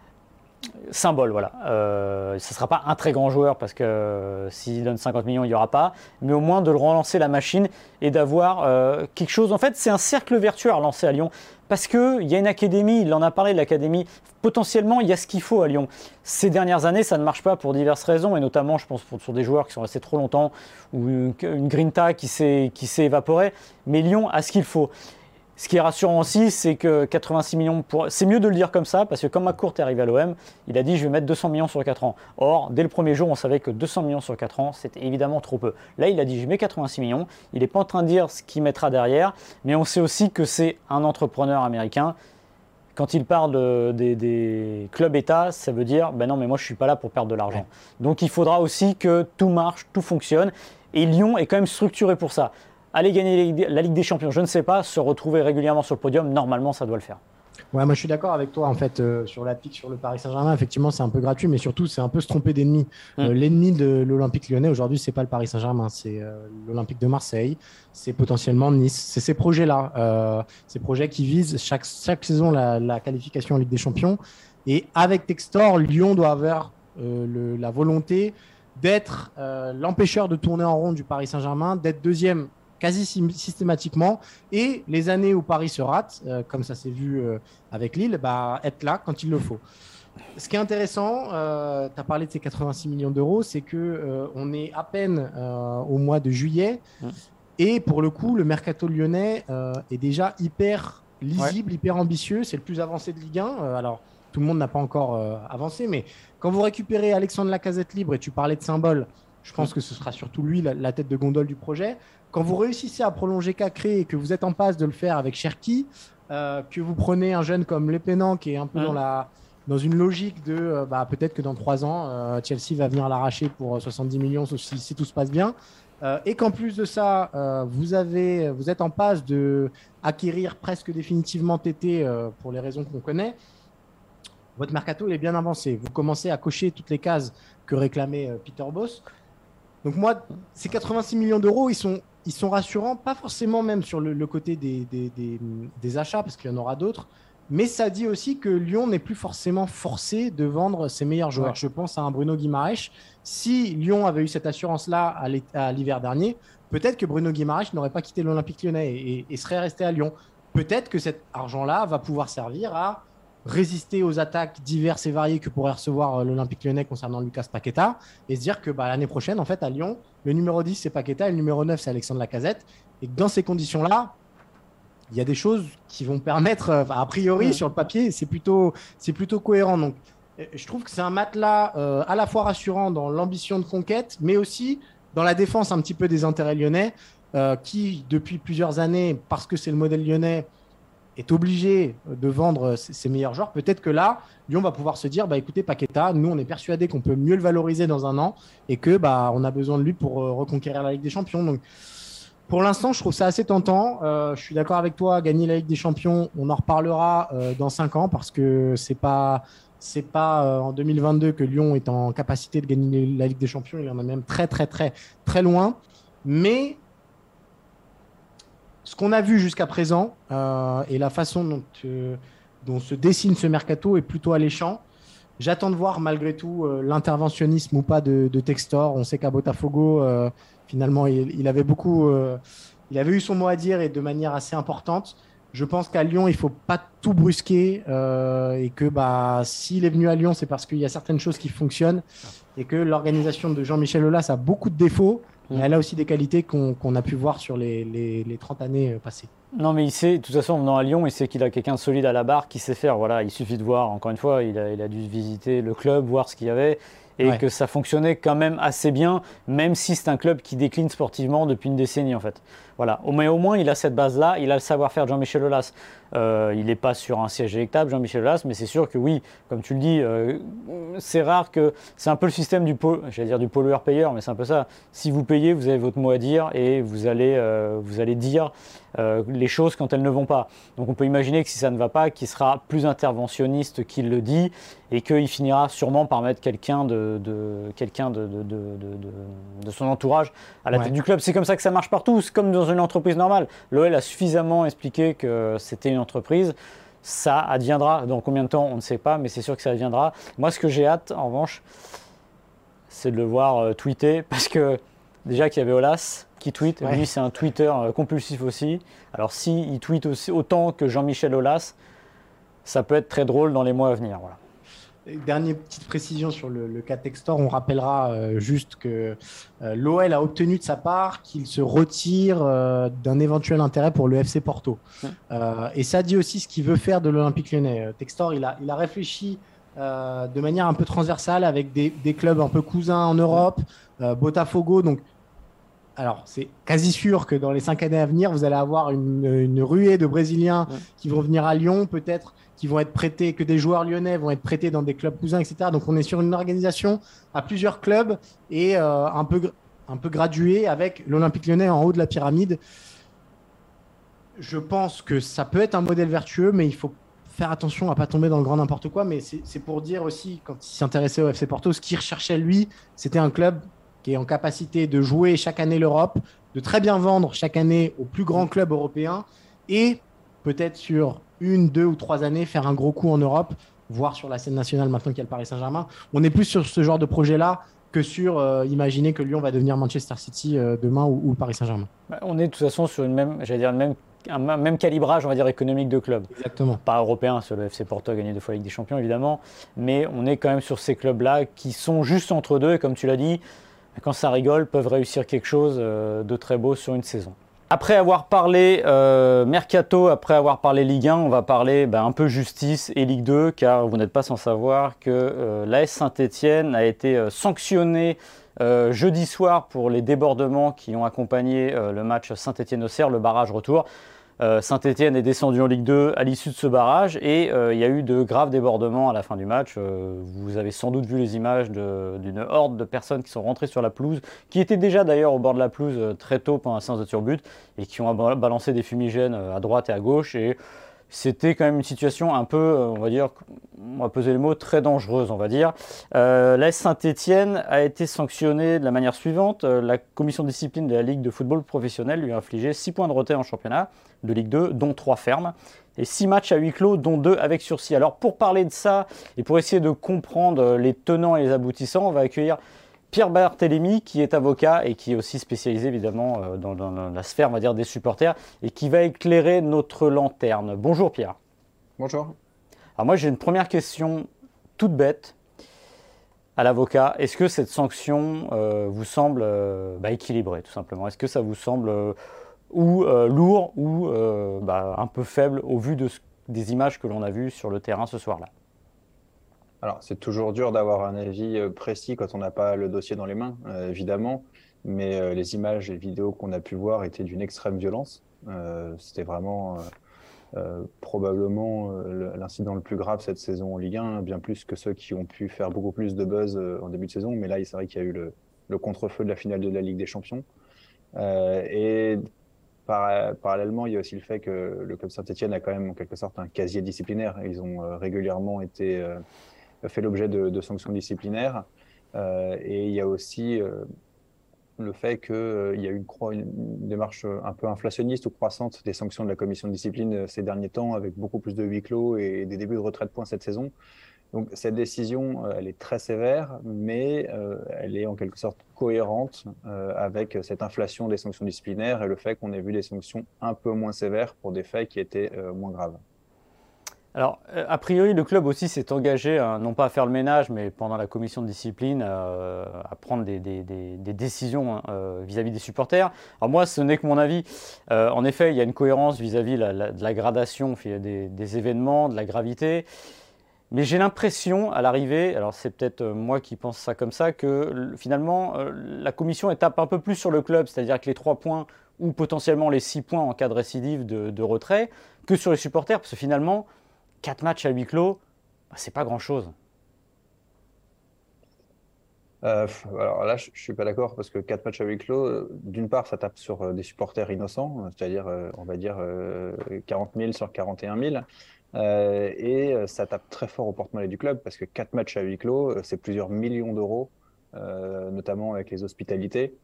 symbole, voilà. Ce ne sera pas un très grand joueur parce que s'il donne 50 millions, il n'y aura pas. Mais au moins de le relancer la machine et d'avoir quelque chose. En fait, c'est un cercle vertueux à relancer à Lyon. Parce qu'il y a une académie, il en a parlé de l'académie, potentiellement il y a ce qu'il faut à Lyon. Ces dernières années, ça ne marche pas pour diverses raisons, et notamment je pense sur des joueurs qui sont restés trop longtemps, ou une Grinta qui s'est évaporée, mais Lyon a ce qu'il faut. Ce qui est rassurant aussi, c'est que 86 millions, c'est mieux de le dire comme ça, parce que quand McCourt est arrivé à l'OM, il a dit je vais mettre 200 millions sur 4 ans. Or, dès le premier jour, on savait que 200 millions sur 4 ans, c'était évidemment trop peu. Là, il a dit je mets 86 millions, il n'est pas en train de dire ce qu'il mettra derrière, mais on sait aussi que c'est un entrepreneur américain. Quand il parle des clubs États, ça veut dire ben non, mais moi je ne suis pas là pour perdre de l'argent. Donc il faudra aussi que tout marche, tout fonctionne, et Lyon est quand même structuré pour ça. Aller gagner la Ligue des Champions, je ne sais pas, se retrouver régulièrement sur le podium, normalement ça doit le faire. Ouais, moi je suis d'accord avec toi en fait sur la pique sur le Paris Saint-Germain. Effectivement, c'est un peu gratuit, mais surtout c'est un peu se tromper d'ennemi. L'ennemi de l'Olympique Lyonnais aujourd'hui, c'est pas le Paris Saint-Germain, c'est l'Olympique de Marseille, c'est potentiellement Nice. C'est ces projets-là, ces projets qui visent chaque saison la qualification en Ligue des Champions. Et avec Textor, Lyon doit avoir la volonté d'être l'empêcheur de tourner en rond du Paris Saint-Germain, d'être deuxième quasi systématiquement, et les années où Paris se rate, comme ça s'est vu avec Lille, être là quand il le faut. Ce qui est intéressant, tu as parlé de ces 86 millions d'euros, c'est qu'on est à peine au mois de juillet, et pour le coup, le mercato lyonnais est déjà hyper lisible, hyper ambitieux, c'est le plus avancé de Ligue 1. Alors, tout le monde n'a pas encore avancé, mais quand vous récupérez Alexandre Lacazette libre, et tu parlais de symbole, je pense que ce sera surtout lui la tête de gondole du projet. Quand vous réussissez à prolonger Cacré et que vous êtes en passe de le faire avec Cherki, que vous prenez un jeune comme Le Penant qui est un peu dans une logique de peut-être que dans 3 ans, Chelsea va venir l'arracher pour 70 millions si tout se passe bien. Et qu'en plus de ça, vous êtes en passe d'acquérir presque définitivement Tété pour les raisons qu'on connaît. Votre mercato il est bien avancé. Vous commencez à cocher toutes les cases que réclamait Peter Bosz. Donc moi, ces 86 millions d'euros, ils sont rassurants, pas forcément même sur le côté des achats, parce qu'il y en aura d'autres, mais ça dit aussi que Lyon n'est plus forcément forcé de vendre ses meilleurs joueurs. Je pense à un Bruno Guimaraes. Si Lyon avait eu cette assurance-là à l'hiver dernier, peut-être que Bruno Guimaraes n'aurait pas quitté l'Olympique Lyonnais et serait resté à Lyon. Peut-être que cet argent-là va pouvoir servir à résister aux attaques diverses et variées que pourrait recevoir l'Olympique Lyonnais concernant Lucas Paqueta et se dire que l'année prochaine, en fait, à Lyon, le numéro 10, c'est Paqueta et le numéro 9, c'est Alexandre Lacazette. Et que dans ces conditions-là, il y a des choses qui vont permettre, a priori, sur le papier, c'est plutôt cohérent. Donc, je trouve que c'est un matelas à la fois rassurant dans l'ambition de conquête, mais aussi dans la défense un petit peu des intérêts lyonnais qui, depuis plusieurs années, parce que c'est le modèle lyonnais, est obligé de vendre ses meilleurs joueurs. Peut-être que là, Lyon va pouvoir se dire écoutez, Paqueta, nous, on est persuadé qu'on peut mieux le valoriser dans un an et que on a besoin de lui pour reconquérir la Ligue des Champions. Donc, Pour l'instant, je trouve ça assez tentant. Je suis d'accord avec toi, gagner la Ligue des Champions, on en reparlera dans 5 ans parce que c'est pas en 2022 que Lyon est en capacité de gagner la Ligue des Champions. Il en est même très, très, très, très loin. Mais ce qu'on a vu jusqu'à présent et la façon dont se dessine ce mercato est plutôt alléchant. J'attends de voir malgré tout l'interventionnisme ou pas de Textor. On sait qu'à Botafogo, finalement, il avait il avait eu son mot à dire et de manière assez importante. Je pense qu'à Lyon, il ne faut pas tout brusquer et que s'il est venu à Lyon, c'est parce qu'il y a certaines choses qui fonctionnent et que l'organisation de Jean-Michel Aulas a beaucoup de défauts, mais elle a aussi des qualités qu'on a pu voir sur les 30 années passées. Non, mais il sait, de toute façon, en venant à Lyon, il sait qu'il a quelqu'un de solide à la barre qui sait faire. Voilà, il suffit de voir, encore une fois, il a dû visiter le club, voir ce qu'il y avait, et que ça fonctionnait quand même assez bien, même si c'est un club qui décline sportivement depuis une décennie, en fait. Voilà, mais au moins, il a cette base-là, il a le savoir-faire de Jean-Michel Aulas. Il n'est pas sur un siège électable, Jean-Michel Aulas, mais c'est sûr que oui, comme tu le dis, c'est rare que... C'est un peu le système du pollueur-payeur, mais c'est un peu ça. Si vous payez, vous avez votre mot à dire et vous allez dire les choses quand elles ne vont pas. Donc on peut imaginer que si ça ne va pas, qu'il sera plus interventionniste qu'il le dit et qu'il finira sûrement par mettre quelqu'un de son entourage à la tête du club. C'est comme ça que ça marche partout, c'est comme dans une entreprise normale. L'OL a suffisamment expliqué que c'était une entreprise. Ça adviendra. Dans combien de temps, on ne sait pas, mais c'est sûr que ça adviendra. Moi, ce que j'ai hâte, en revanche, c'est de le voir tweeter, parce que déjà qu'il y avait Aulas qui tweet, lui c'est un tweeter compulsif aussi. Alors s'il tweet aussi autant que Jean-Michel Aulas, ça peut être très drôle dans les mois à venir. Voilà. Dernière petite précision sur le cas Textor, on rappellera juste que l'OL a obtenu de sa part qu'il se retire d'un éventuel intérêt pour le FC Porto. Et ça dit aussi ce qu'il veut faire de l'Olympique Lyonnais. Textor, il a réfléchi de manière un peu transversale avec des clubs un peu cousins en Europe, Botafogo. Donc, alors, c'est quasi sûr que dans les 5 années à venir, vous allez avoir une ruée de Brésiliens qui vont venir à Lyon, peut-être, qui vont être prêtés, que des joueurs lyonnais vont être prêtés dans des clubs cousins, etc. Donc, on est sur une organisation à plusieurs clubs et un peu graduée avec l'Olympique Lyonnais en haut de la pyramide. Je pense que ça peut être un modèle vertueux, mais il faut faire attention à ne pas tomber dans le grand n'importe quoi. Mais c'est pour dire aussi, quand il s'intéressait au FC Porto, ce qu'il recherchait, lui, c'était un club qui est en capacité de jouer chaque année l'Europe, de très bien vendre chaque année aux plus grands clubs européens et peut-être sur 1, 2 ou 3 années faire un gros coup en Europe, voire sur la scène nationale maintenant qu'il y a le Paris Saint-Germain. On est plus sur ce genre de projet-là que sur imaginer que Lyon va devenir Manchester City demain ou Paris Saint-Germain. On est de toute façon sur un même calibrage, on va dire, économique de club. Exactement. Pas européen, sur le FC Porto a gagné 2 fois la Ligue des Champions, évidemment, mais on est quand même sur ces clubs-là qui sont juste entre deux, et comme tu l'as dit, quand ça rigole, peuvent réussir quelque chose de très beau sur une saison. Après avoir parlé Mercato, après avoir parlé Ligue 1, on va parler un peu justice et Ligue 2, car vous n'êtes pas sans savoir que l'AS Saint-Étienne a été sanctionné jeudi soir pour les débordements qui ont accompagné le match Saint-Étienne-Auxerre, le barrage retour. Saint-Étienne est descendu en Ligue 2 à l'issue de ce barrage et il y a eu de graves débordements à la fin du match. Vous avez sans doute vu les images d'une horde de personnes qui sont rentrées sur la pelouse, qui étaient déjà d'ailleurs au bord de la pelouse très tôt pendant la séance de tir-but et qui ont balancé des fumigènes à droite et à gauche. Et c'était quand même une situation un peu, on va peser les mots, très dangereuse, on va dire. L'AS Saint-Étienne a été sanctionné de la manière suivante. La commission de discipline de la Ligue de football professionnel lui a infligé 6 points de retrait en championnat de Ligue 2, dont 3 fermes, et 6 matchs à huis clos, dont 2 avec sursis. Alors pour parler de ça, et pour essayer de comprendre les tenants et les aboutissants, on va accueillir Pierre Barthélémy, qui est avocat et qui est aussi spécialisé évidemment dans la sphère, on va dire, des supporters, et qui va éclairer notre lanterne. Bonjour Pierre. Bonjour. Alors moi j'ai une première question toute bête à l'avocat. Est-ce que cette sanction vous semble équilibrée, tout simplement? Est-ce que ça vous semble lourd ou un peu faible au vu des images que l'on a vues sur le terrain ce soir-là? Alors, c'est toujours dur d'avoir un avis précis quand on n'a pas le dossier dans les mains, évidemment, mais les images et vidéos qu'on a pu voir étaient d'une extrême violence. C'était vraiment probablement l'incident le plus grave cette saison en Ligue 1, bien plus que ceux qui ont pu faire beaucoup plus de buzz en début de saison. Mais là, c'est vrai qu'il y a eu le contre-feu de la finale de la Ligue des Champions. Et parallèlement, il y a aussi le fait que le club Saint-Etienne a quand même en quelque sorte un casier disciplinaire. Ils ont régulièrement fait l'objet de sanctions disciplinaires. Et il y a aussi le fait qu'il y a eu une démarche un peu inflationniste ou croissante des sanctions de la commission de discipline ces derniers temps, avec beaucoup plus de huis clos et des débuts de retrait de points cette saison. Donc cette décision, elle est très sévère, mais elle est en quelque sorte cohérente avec cette inflation des sanctions disciplinaires et le fait qu'on ait vu des sanctions un peu moins sévères pour des faits qui étaient moins graves. Alors, a priori, le club aussi s'est engagé, non pas à faire le ménage, mais pendant la commission de discipline, à prendre des décisions vis-à-vis des supporters. Alors moi, ce n'est que mon avis. En effet, il y a une cohérence vis-à-vis de la gradation des événements, de la gravité. Mais j'ai l'impression, à l'arrivée, alors c'est peut-être moi qui pense ça comme ça, que finalement, la commission tape un peu plus sur le club, c'est-à-dire que les 3 points ou potentiellement les 6 points en cas de récidive de retrait, que sur les supporters, parce que finalement, 4 matchs à huis clos, c'est pas grand-chose. Alors là, je suis pas d'accord parce que 4 matchs à huis clos, d'une part, ça tape sur des supporters innocents, c'est-à-dire, on va dire, 40 000 sur 41 000. Ça tape très fort au porte-monnaie du club parce que 4 matchs à huis clos, c'est plusieurs millions d'euros, notamment avec les hospitalités.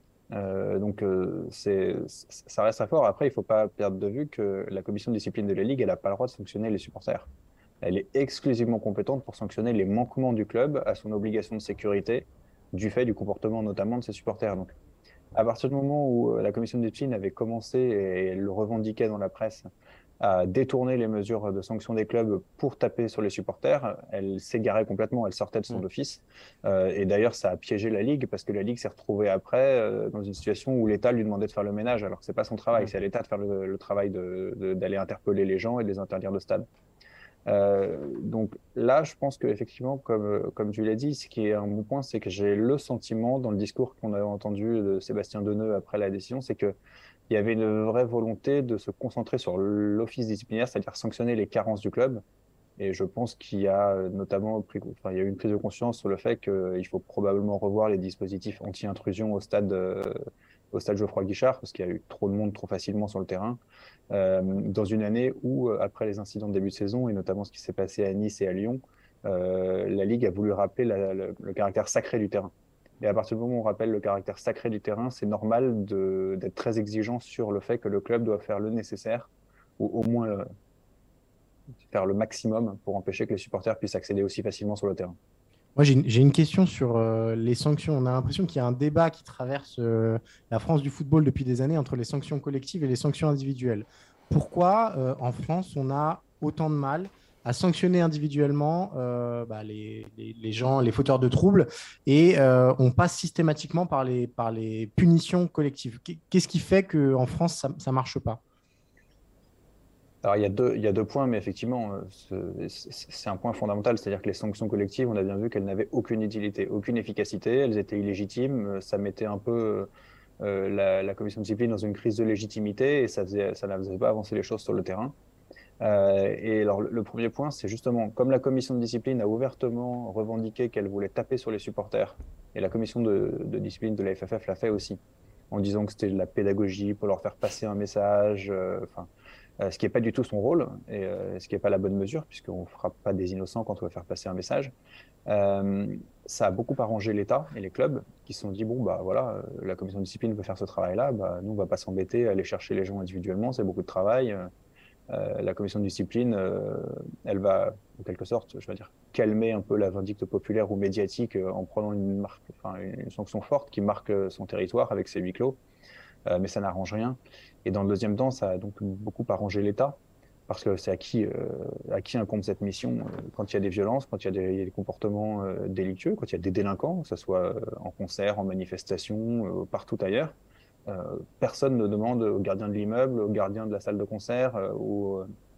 Ça reste très fort. Après, il ne faut pas perdre de vue que la commission de discipline de la Ligue, elle n'a pas le droit de sanctionner les supporters. Elle est exclusivement compétente pour sanctionner les manquements du club à son obligation de sécurité du fait du comportement notamment de ses supporters. Donc, à partir du moment où la commission de discipline avait commencé, et elle le revendiquait dans la presse, à détourner les mesures de sanction des clubs pour taper sur les supporters, elle s'égarait complètement, elle sortait de son office. Et d'ailleurs, ça a piégé la Ligue parce que la Ligue s'est retrouvée après dans une situation où l'État lui demandait de faire le ménage, alors que c'est pas son travail, c'est à l'État de faire le travail d'aller interpeller les gens et de les interdire de stade. Donc là, je pense qu'effectivement, comme tu l'as dit, ce qui est un bon point, c'est que j'ai le sentiment dans le discours qu'on a entendu de Sébastien Deneux après la décision, c'est qu'il y avait une vraie volonté de se concentrer sur l'office disciplinaire, c'est-à-dire sanctionner les carences du club. Et je pense qu'il y a notamment il y a eu une prise de conscience sur le fait qu'il faut probablement revoir les dispositifs anti-intrusion au stade Geoffroy Guichard, parce qu'il y a eu trop de monde trop facilement sur le terrain, dans une année où, après les incidents de début de saison, et notamment ce qui s'est passé à Nice et à Lyon, la Ligue a voulu rappeler le caractère sacré du terrain. Et à partir du moment où on rappelle le caractère sacré du terrain, c'est normal d'être très exigeant sur le fait que le club doit faire le nécessaire, ou au moins faire le maximum pour empêcher que les supporters puissent accéder aussi facilement sur le terrain. Moi, j'ai une question sur les sanctions. On a l'impression qu'il y a un débat qui traverse la France du football depuis des années entre les sanctions collectives et les sanctions individuelles. Pourquoi, en France, on a autant de mal à sanctionner individuellement les gens, les fauteurs de troubles, et on passe systématiquement par les punitions collectives? Qu'est-ce qui fait qu'en France, ça ne marche pas? Alors, il y a deux points, mais effectivement, c'est un point fondamental, c'est-à-dire que les sanctions collectives, on a bien vu qu'elles n'avaient aucune utilité, aucune efficacité, elles étaient illégitimes, ça mettait un peu la commission de discipline dans une crise de légitimité et ça ne faisait pas avancer les choses sur le terrain. Et alors, le premier point, c'est justement, comme la commission de discipline a ouvertement revendiqué qu'elle voulait taper sur les supporters, et la commission de discipline de la FFF l'a fait aussi, en disant que c'était de la pédagogie pour leur faire passer un message, ce qui n'est pas du tout son rôle, et ce qui n'est pas la bonne mesure, puisqu'on ne frappe pas des innocents quand on va faire passer un message. Ça a beaucoup arrangé l'État et les clubs qui se sont dit, bon, bah voilà, la commission de discipline veut faire ce travail-là, bah, nous, on ne va pas s'embêter à aller chercher les gens individuellement, c'est beaucoup de travail. La commission de discipline, elle va, en quelque sorte, je vais dire, calmer un peu la vindicte populaire ou médiatique en prenant une sanction forte qui marque son territoire avec ses huis clos. Mais ça n'arrange rien. Et dans le deuxième temps, ça a donc beaucoup arrangé l'État, parce que c'est à qui incombe cette mission quand il y a des violences, quand il y a des comportements délictueux, quand il y a des délinquants, que ce soit en concert, en manifestation, partout ailleurs. Personne ne demande au gardien de l'immeuble, au gardien de la salle de concert ou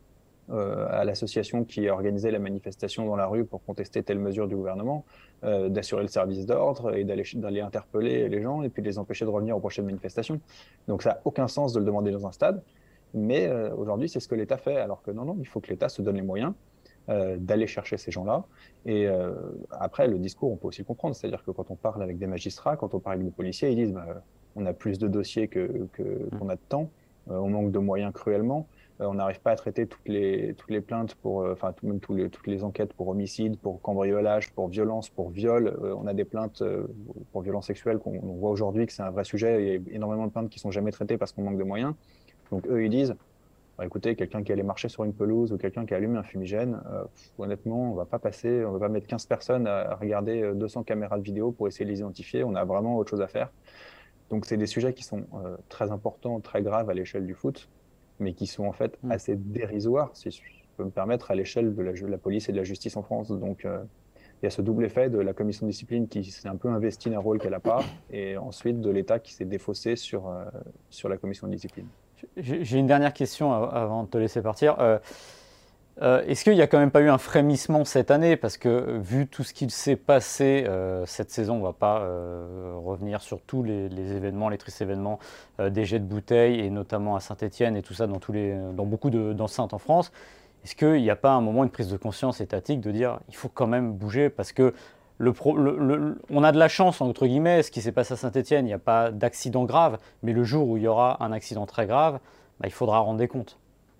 à l'association qui a organisé la manifestation dans la rue pour contester telle mesure du gouvernement, d'assurer le service d'ordre et d'aller interpeller les gens et puis de les empêcher de revenir aux prochaines manifestations. Donc ça n'a aucun sens de le demander dans un stade, mais aujourd'hui c'est ce que l'État fait, alors que non, il faut que l'État se donne les moyens d'aller chercher ces gens-là. Et après, le discours, on peut aussi le comprendre, c'est-à-dire que quand on parle avec des magistrats, quand on parle avec des policiers, ils disent On a plus de dossiers qu'on a de temps. On manque de moyens cruellement. On n'arrive pas à traiter toutes les plaintes même toutes les enquêtes pour homicide, pour cambriolage, pour violence, pour viol. On a des plaintes pour violences sexuelles on voit aujourd'hui que c'est un vrai sujet. Il y a énormément de plaintes qui sont jamais traitées parce qu'on manque de moyens. Donc eux, ils disent, bah, écoutez, quelqu'un qui allait marcher sur une pelouse ou quelqu'un qui a allumé un fumigène, honnêtement, on va pas mettre 15 personnes à regarder 200 caméras de vidéo pour essayer de les identifier. On a vraiment autre chose à faire. Donc c'est des sujets qui sont très importants, très graves à l'échelle du foot, mais qui sont en fait assez dérisoires, si je peux me permettre, à l'échelle de la police et de la justice en France. Donc il y a ce double effet de la commission de discipline qui s'est un peu investie d'un rôle qu'elle n'a pas, et ensuite de l'État qui s'est défaussé sur la commission de discipline. J'ai une dernière question avant de te laisser partir. Est-ce qu'il n'y a quand même pas eu un frémissement cette année? Parce que vu tout ce qu'il s'est passé cette saison, on ne va pas revenir sur tous les événements, les tristes événements, des jets de bouteilles, et notamment à Saint-Étienne et tout ça dans beaucoup d'enceintes en France. Est-ce qu'il n'y a pas un moment, une prise de conscience étatique de dire il faut quand même bouger? Parce que on a de la chance, entre guillemets, ce qui s'est passé à Saint-Étienne, il n'y a pas d'accident grave, mais le jour où il y aura un accident très grave, il faudra rendre des comptes.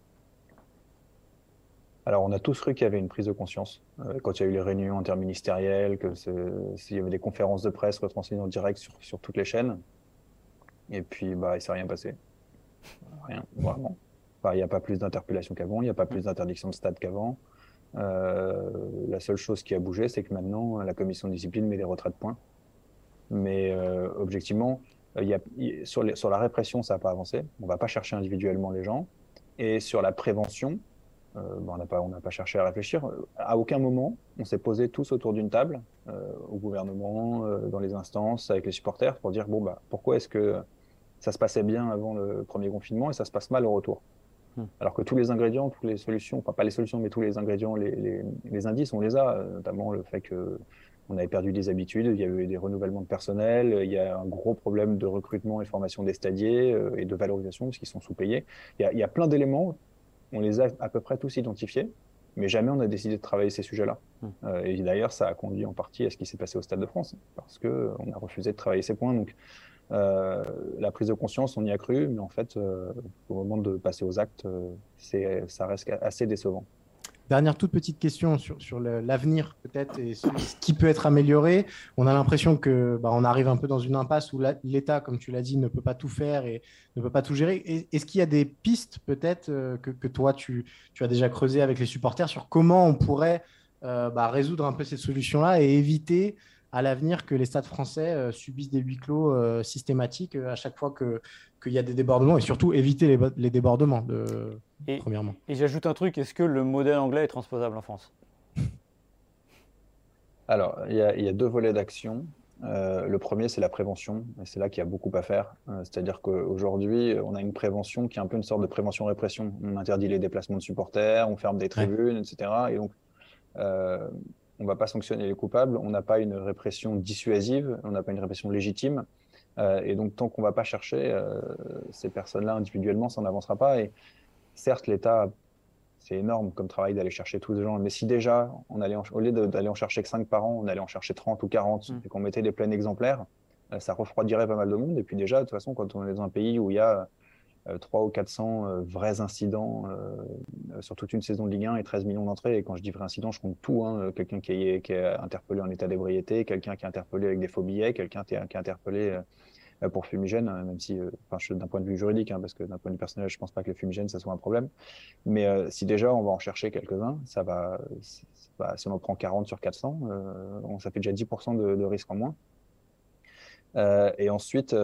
Alors, on a tous cru qu'il y avait une prise de conscience quand il y a eu les réunions interministérielles, s'il y avait des conférences de presse retransmises en direct sur toutes les chaînes. Et puis, il ne s'est rien passé. Rien, vraiment. Il n'y a pas plus d'interpellations qu'avant, il n'y a pas plus d'interdiction de stade qu'avant. La seule chose qui a bougé, c'est que maintenant, la commission de discipline met des retraits de points. Mais objectivement, sur la répression, ça n'a pas avancé. On ne va pas chercher individuellement les gens. Et sur la prévention, on n'a pas cherché à réfléchir. À aucun moment, on s'est posé tous autour d'une table, au gouvernement, dans les instances, avec les supporters, pour dire pourquoi est-ce que ça se passait bien avant le premier confinement et ça se passe mal au retour. Alors que tous les ingrédients, toutes les solutions, enfin pas les solutions, mais tous les ingrédients, les indices, on les a, notamment le fait qu'on avait perdu des habitudes, il y a eu des renouvellements de personnel, il y a un gros problème de recrutement et formation des stadiers et de valorisation, parce qu'ils sont sous-payés. Il y a plein d'éléments. On les a à peu près tous identifiés, mais jamais on a décidé de travailler ces sujets-là. Et d'ailleurs, ça a conduit en partie à ce qui s'est passé au Stade de France, parce qu'on a refusé de travailler ces points. Donc, la prise de conscience, on y a cru, mais en fait, au moment de passer aux actes, ça reste assez décevant. Dernière toute petite question sur l'avenir peut-être et ce qui peut être amélioré. On a l'impression que on arrive un peu dans une impasse où l'État, comme tu l'as dit, ne peut pas tout faire et ne peut pas tout gérer. Est-ce qu'il y a des pistes peut-être que toi tu as déjà creusé avec les supporters sur comment on pourrait résoudre un peu cette solution-là et éviter à l'avenir que les stades français subissent des huis clos systématiques à chaque fois qu'il y a des débordements, et surtout éviter les débordements, premièrement. Et j'ajoute un truc, est-ce que le modèle anglais est transposable en France? Alors, il y a deux volets d'action. Le premier, c'est la prévention, et c'est là qu'il y a beaucoup à faire. C'est-à-dire qu'aujourd'hui, on a une prévention qui est un peu une sorte de prévention-répression. On interdit les déplacements de supporters, on ferme des tribunes, etc. Et donc, on ne va pas sanctionner les coupables, on n'a pas une répression dissuasive, on n'a pas une répression légitime. Et donc, tant qu'on ne va pas chercher ces personnes-là individuellement, ça n'avancera pas. Et certes, l'État, c'est énorme comme travail d'aller chercher tous les gens. Mais si déjà, au lieu d'aller en chercher que 5 par an, on allait en chercher 30 ou 40 et qu'on mettait des plaines exemplaires, ça refroidirait pas mal de monde. Et puis déjà, de toute façon, quand on est dans un pays où il y a 300 ou 400 vrais incidents sur toute une saison de Ligue 1 et 13 millions d'entrées. Et quand je dis vrais incidents, je compte tout. Quelqu'un qui est interpellé en état d'ébriété, quelqu'un qui est interpellé avec des faux billets, quelqu'un qui est interpellé pour fumigène, même si, d'un point de vue juridique, parce que d'un point de vue personnel, je ne pense pas que le fumigène, ça soit un problème. Mais si déjà, on va en chercher quelques-uns, si on en prend 40 sur 400, ça fait déjà 10% de risque en moins. Et ensuite...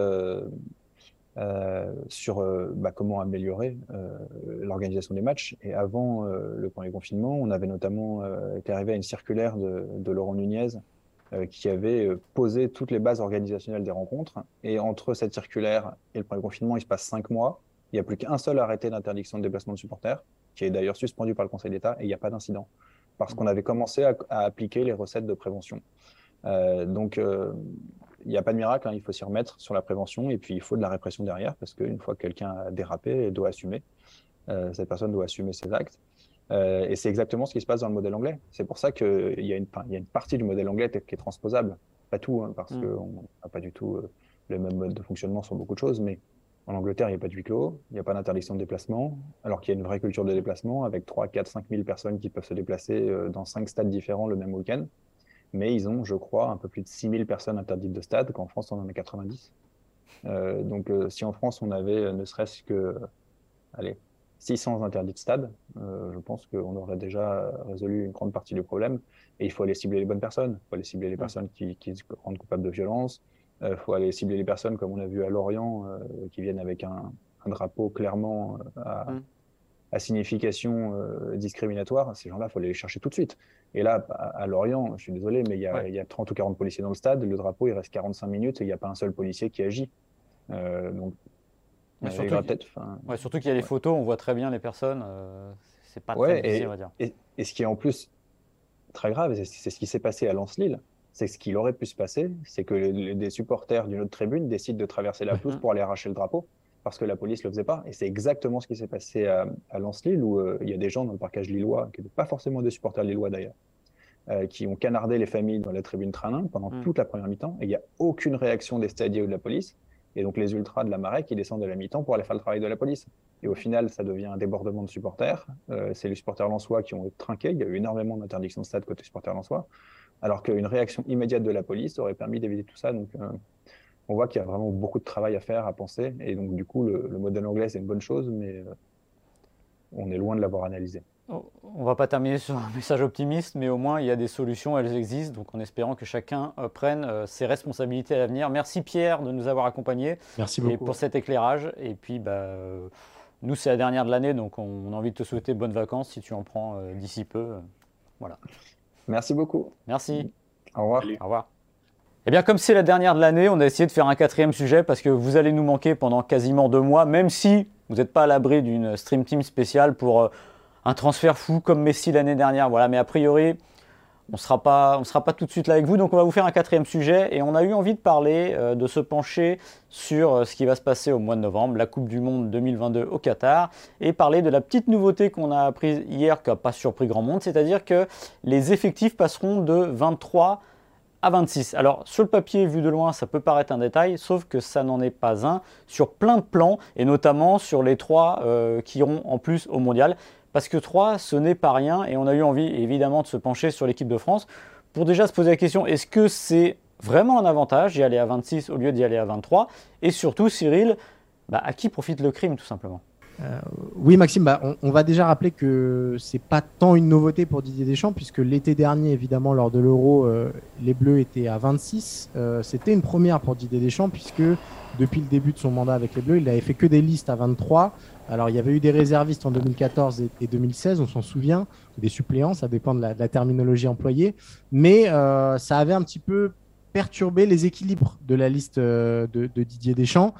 sur comment améliorer l'organisation des matchs. Et avant le premier confinement, on avait notamment été arrivé à une circulaire de Laurent Nunez qui avait posé toutes les bases organisationnelles des rencontres. Et entre cette circulaire et le premier confinement, il se passe 5 mois. Il n'y a plus qu'un seul arrêté d'interdiction de déplacement de supporters, qui est d'ailleurs suspendu par le Conseil d'État, et il n'y a pas d'incident. Parce qu'on avait commencé à appliquer les recettes de prévention. Donc, il n'y a pas de miracle, il faut s'y remettre sur la prévention et puis il faut de la répression derrière parce qu'une fois que quelqu'un a dérapé, il doit assumer. Cette personne doit assumer ses actes. Et c'est exactement ce qui se passe dans le modèle anglais. C'est pour ça qu'il y a une partie du modèle anglais qui est transposable. Pas tout, parce qu'on n'a pas du tout les mêmes modes de fonctionnement sur beaucoup de choses, mais en Angleterre, il n'y a pas de huis clos, il n'y a pas d'interdiction de déplacement, alors qu'il y a une vraie culture de déplacement avec 3, 4, 5 000 personnes qui peuvent se déplacer dans 5 stades différents le même week-end. Mais ils ont, je crois, un peu plus de 6 000 personnes interdites de stade, qu'en France, on en a 90. Donc, si en France, on avait ne serait-ce que, allez, 600 interdits de stade, je pense qu'on aurait déjà résolu une grande partie du problème. Et il faut aller cibler les bonnes personnes. Il faut aller cibler les personnes qui se rendent coupables de violence. Il faut aller cibler les personnes, comme on a vu à Lorient, qui viennent avec un drapeau clairement à signification discriminatoire. Ces gens-là, il faut aller les chercher tout de suite. Et là, à Lorient, je suis désolé, mais il y a 30 ou 40 policiers dans le stade. Le drapeau, il reste 45 minutes et il n'y a pas un seul policier qui agit. Donc, surtout qu'il y a les photos, on voit très bien les personnes. C'est pas très difficile, on va dire. Et ce qui est en plus très grave, c'est ce qui s'est passé à Lens-Lille. C'est ce qu'il aurait pu se passer, c'est que des supporters d'une autre tribune décident de traverser la pelouse pour aller arracher le drapeau, parce que la police ne le faisait pas. Et c'est exactement ce qui s'est passé à Lens-Lille, où il y a des gens dans le parcage lillois, qui n'étaient pas forcément des supporters lillois d'ailleurs, qui ont canardé les familles dans la tribune Tranin pendant toute la première mi-temps, et il n'y a aucune réaction des stadiers ou de la police. Et donc les ultras de la Marek qui descendent de la mi-temps pour aller faire le travail de la police. Et au final, ça devient un débordement de supporters. C'est les supporters lensois qui ont trinqué. Il y a eu énormément d'interdictions de stade côté supporters lensois. Alors qu'une réaction immédiate de la police aurait permis d'éviter tout ça. Donc on voit qu'il y a vraiment beaucoup de travail à faire, à penser. Et donc du coup, le modèle anglais, c'est une bonne chose, mais on est loin de l'avoir analysé. On ne va pas terminer sur un message optimiste, mais au moins il y a des solutions, elles existent, donc en espérant que chacun prenne ses responsabilités à l'avenir. Merci Pierre de nous avoir accompagnés. Merci beaucoup. Et pour cet éclairage. Et puis nous c'est la dernière de l'année, donc on a envie de te souhaiter bonnes vacances si tu en prends d'ici peu. Voilà. Merci beaucoup. Merci. Au revoir. Au revoir. Eh bien, comme c'est la dernière de l'année, on a essayé de faire un 4e sujet parce que vous allez nous manquer pendant quasiment 2 mois, même si vous n'êtes pas à l'abri d'une Stream Team spéciale pour un transfert fou comme Messi l'année dernière. Voilà, mais a priori, on sera pas tout de suite là avec vous. Donc, on va vous faire un 4e sujet et on a eu envie de parler, de se pencher sur ce qui va se passer au mois de novembre, la Coupe du Monde 2022 au Qatar, et parler de la petite nouveauté qu'on a apprise hier qui n'a pas surpris grand monde, c'est-à-dire que les effectifs passeront de 23 à 26. Alors, sur le papier, vu de loin, ça peut paraître un détail, sauf que ça n'en est pas un sur plein de plans, et notamment sur les 3 qui iront en plus au Mondial. Parce que 3, ce n'est pas rien, et on a eu envie, évidemment, de se pencher sur l'équipe de France pour déjà se poser la question, est-ce que c'est vraiment un avantage d'y aller à 26 au lieu d'y aller à 23? Et surtout, Cyril, à qui profite le crime, tout simplement? Oui, Maxime, on va déjà rappeler que c'est pas tant une nouveauté pour Didier Deschamps, puisque l'été dernier, évidemment, lors de l'Euro, les Bleus étaient à 26. C'était une première pour Didier Deschamps, puisque depuis le début de son mandat avec les Bleus, il n'avait fait que des listes à 23. Alors, il y avait eu des réservistes en 2014 et 2016, on s'en souvient, des suppléants, ça dépend de la terminologie employée, mais ça avait un petit peu perturbé les équilibres de la liste de Didier Deschamps.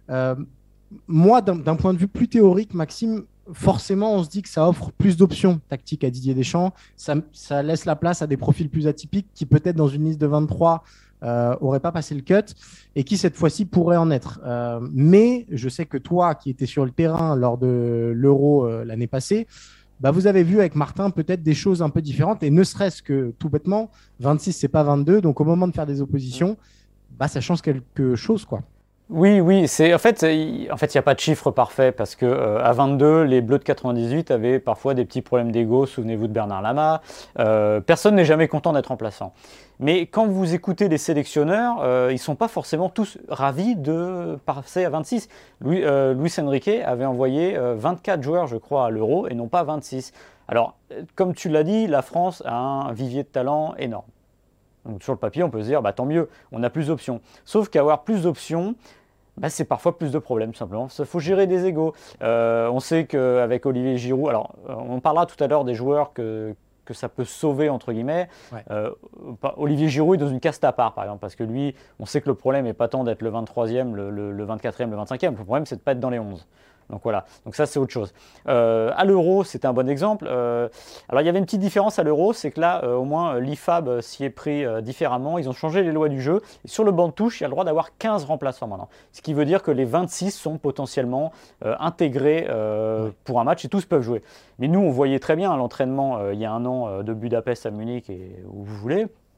Moi, d'un point de vue plus théorique, Maxime, forcément, on se dit que ça offre plus d'options tactiques à Didier Deschamps. Ça laisse la place à des profils plus atypiques qui, peut-être dans une liste de 23, n'auraient pas passé le cut et qui, cette fois-ci, pourraient en être. Mais je sais que toi, qui étais sur le terrain lors de l'Euro l'année passée, vous avez vu avec Martin peut-être des choses un peu différentes. Et ne serait-ce que, tout bêtement, 26, c'est pas 22. Donc, au moment de faire des oppositions, ça change quelque chose, quoi. Oui, en fait, il n'y a pas de chiffre parfait parce que à 22, les Bleus de 98 avaient parfois des petits problèmes d'ego. Souvenez-vous de Bernard Lama. Personne n'est jamais content d'être remplaçant. Mais quand vous écoutez les sélectionneurs, ils ne sont pas forcément tous ravis de passer à 26. Luis Enrique avait envoyé 24 joueurs, je crois, à l'Euro et non pas 26. Alors, comme tu l'as dit, la France a un vivier de talent énorme. Donc, sur le papier, on peut se dire, tant mieux, on a plus d'options. Sauf qu'avoir plus d'options, c'est parfois plus de problèmes, tout simplement. Il faut gérer des égos. On sait qu'avec Olivier Giroud, alors on parlera tout à l'heure des joueurs que ça peut sauver, entre guillemets. Ouais. Olivier Giroud est dans une caste à part, par exemple, parce que lui, on sait que le problème n'est pas tant d'être le 23e, le 24e, le 25e. Le problème, c'est de ne pas être dans les 11. Donc voilà, donc ça c'est autre chose. À l'Euro, c'était un bon exemple. Alors il y avait une petite différence à l'Euro, c'est que là, au moins, l'IFAB s'y est pris différemment. Ils ont changé les lois du jeu. Et sur le banc de touche, il y a le droit d'avoir 15 remplaçants maintenant. Ce qui veut dire que les 26 sont potentiellement intégrés pour un match et tous peuvent jouer. Mais nous, on voyait très bien à l'entraînement il y a un an de Budapest à Munich et où vous voulez.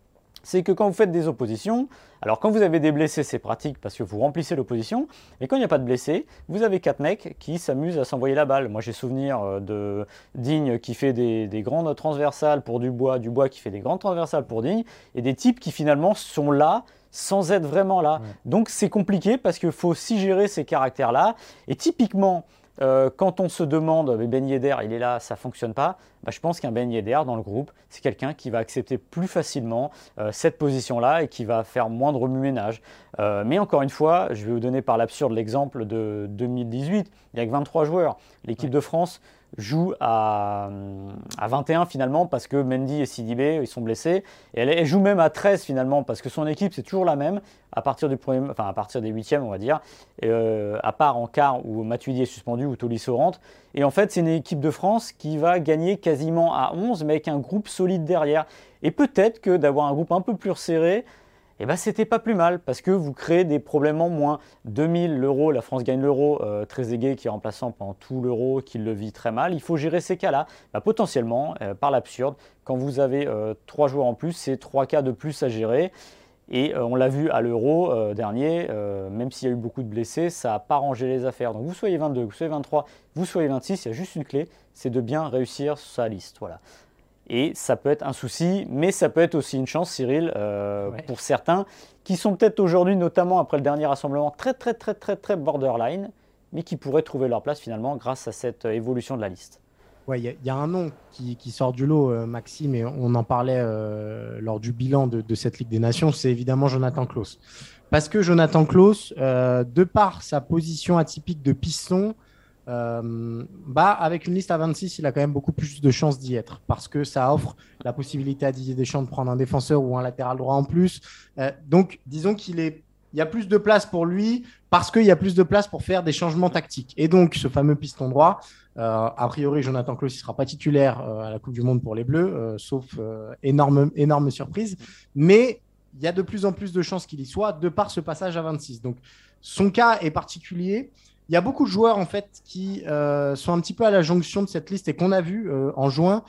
c'est que quand vous faites des oppositions, alors quand vous avez des blessés, c'est pratique parce que vous remplissez l'opposition, et quand il n'y a pas de blessés, vous avez 4 mecs qui s'amusent à s'envoyer la balle. Moi j'ai souvenir de Digne qui fait des grandes transversales pour Dubois qui fait des grandes transversales pour Digne, et des types qui finalement sont là sans être vraiment là. Ouais. Donc c'est compliqué parce qu'il faut aussi gérer ces caractères-là, et typiquement, quand on se demande, Ben Yedder, il est là, ça ne fonctionne pas, je pense qu'un Ben Yedder dans le groupe, c'est quelqu'un qui va accepter plus facilement cette position-là et qui va faire moins de remue-ménage. Mais encore une fois, je vais vous donner par l'absurde l'exemple de 2018, il n'y a que 23 joueurs. L'équipe de France joue à 21 finalement parce que Mendy et Sidibé ils sont blessés, et elle joue même à 13 finalement parce que son équipe c'est toujours la même à partir des 8e on va dire, à part en quart où Matuidi est suspendu ou Tolisso rentre, et en fait c'est une équipe de France qui va gagner quasiment à 11 mais avec un groupe solide derrière, et peut-être que d'avoir un groupe un peu plus resserré, c'était pas plus mal parce que vous créez des problèmes en moins. 2000 l'euro, la France gagne l'euro, Trezeguet qui est remplaçant pendant tout l'euro, qui le vit très mal. Il faut gérer ces cas-là. Potentiellement, par l'absurde, quand vous avez 3 joueurs en plus, c'est 3 cas de plus à gérer. Et on l'a vu à l'euro dernier, même s'il y a eu beaucoup de blessés, ça n'a pas rangé les affaires. Donc vous soyez 22, vous soyez 23, vous soyez 26, il y a juste une clé, c'est de bien réussir sa liste. Voilà. Et ça peut être un souci, mais ça peut être aussi une chance, Cyril, pour certains qui sont peut-être aujourd'hui, notamment après le dernier rassemblement, très borderline, mais qui pourraient trouver leur place finalement grâce à cette évolution de la liste. Ouais, il y a un nom qui sort du lot, Maxime, et on en parlait lors du bilan de cette Ligue des Nations, c'est évidemment Jonathan Klaus. Parce que Jonathan Klaus, de par sa position atypique de piston, avec une liste à 26, il a quand même beaucoup plus de chances d'y être parce que ça offre la possibilité à Didier Deschamps de prendre un défenseur ou un latéral droit en plus. Donc, disons il y a plus de place pour lui parce qu'il y a plus de place pour faire des changements tactiques. Et donc, ce fameux piston droit, a priori, Jonathan Klaus ne sera pas titulaire à la Coupe du Monde pour les Bleus, sauf énorme surprise. Mais il y a de plus en plus de chances qu'il y soit de par ce passage à 26. Donc, son cas est particulier. Il y a beaucoup de joueurs en fait qui sont un petit peu à la jonction de cette liste et qu'on a vu en juin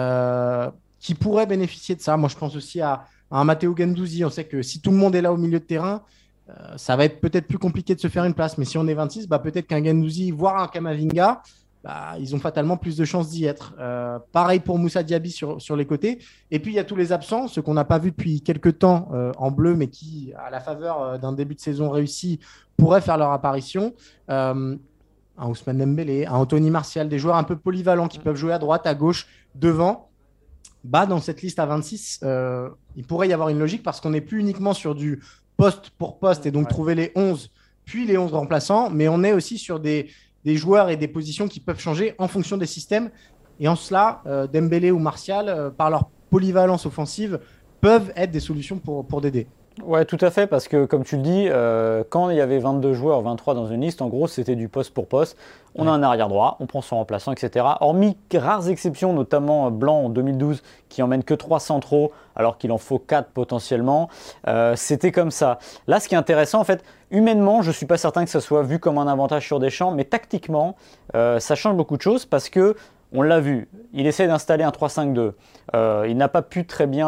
qui pourraient bénéficier de ça. Moi, je pense aussi à un Matteo Guendouzi. On sait que si tout le monde est là au milieu de terrain, ça va être peut-être plus compliqué de se faire une place. Mais si on est 26, peut-être qu'un Guendouzi, voire un Kamavinga, ils ont fatalement plus de chances d'y être. Pareil pour Moussa Diaby sur les côtés. Et puis, il y a tous les absents, ceux qu'on n'a pas vus depuis quelques temps en bleu, mais qui, à la faveur d'un début de saison réussi, pourraient faire leur apparition. Un Ousmane Dembélé, un Anthony Martial, des joueurs un peu polyvalents qui peuvent jouer à droite, à gauche, devant. Dans cette liste à 26, il pourrait y avoir une logique parce qu'on n'est plus uniquement sur du poste pour poste et donc trouver les 11, puis les 11 remplaçants, mais on est aussi sur des joueurs et des positions qui peuvent changer en fonction des systèmes. Et en cela, Dembélé ou Martial, par leur polyvalence offensive, peuvent être des solutions pour Dédé. Ouais, tout à fait, parce que comme tu le dis, quand il y avait 22 joueurs, 23 dans une liste, en gros, c'était du poste pour poste. On a un arrière droit, on prend son remplaçant, etc. Hormis rares exceptions, notamment Blanc en 2012, qui emmène que 3 centraux, alors qu'il en faut 4 potentiellement. C'était comme ça. Là, ce qui est intéressant, en fait, humainement, je ne suis pas certain que ça soit vu comme un avantage sur Deschamps, mais tactiquement, ça change beaucoup de choses parce que on l'a vu, il essaie d'installer un 3-5-2. Il n'a pas pu très bien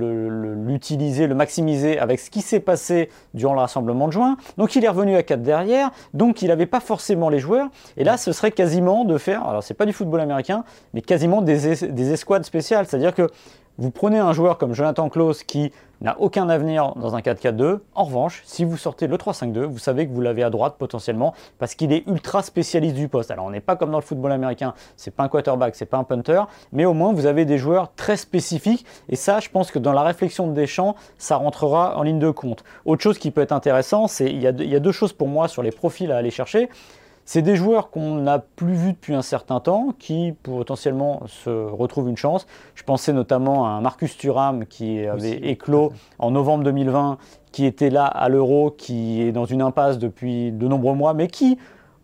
l'utiliser, le maximiser avec ce qui s'est passé durant le rassemblement de juin. Donc il est revenu à 4 derrière, donc il n'avait pas forcément les joueurs. Et là, ce serait quasiment de faire, alors c'est pas du football américain, mais quasiment des escouades spéciales. C'est-à-dire que vous prenez un joueur comme Jonathan Klaus qui n'a aucun avenir dans un 4-4-2. En revanche, si vous sortez le 3-5-2, vous savez que vous l'avez à droite potentiellement parce qu'il est ultra spécialiste du poste. Alors on n'est pas comme dans le football américain, c'est pas un quarterback, c'est pas un punter, mais au moins vous avez des joueurs très spécifiques et ça, je pense que dans la réflexion de Deschamps, ça rentrera en ligne de compte. Autre chose qui peut être intéressant, c'est il y a 2 choses pour moi sur les profils à aller chercher. C'est des joueurs qu'on n'a plus vus depuis un certain temps, qui potentiellement se retrouvent une chance. Je pensais notamment à un Marcus Thuram qui avait éclos en novembre 2020, qui était là à l'Euro, qui est dans une impasse depuis de nombreux mois, mais qui,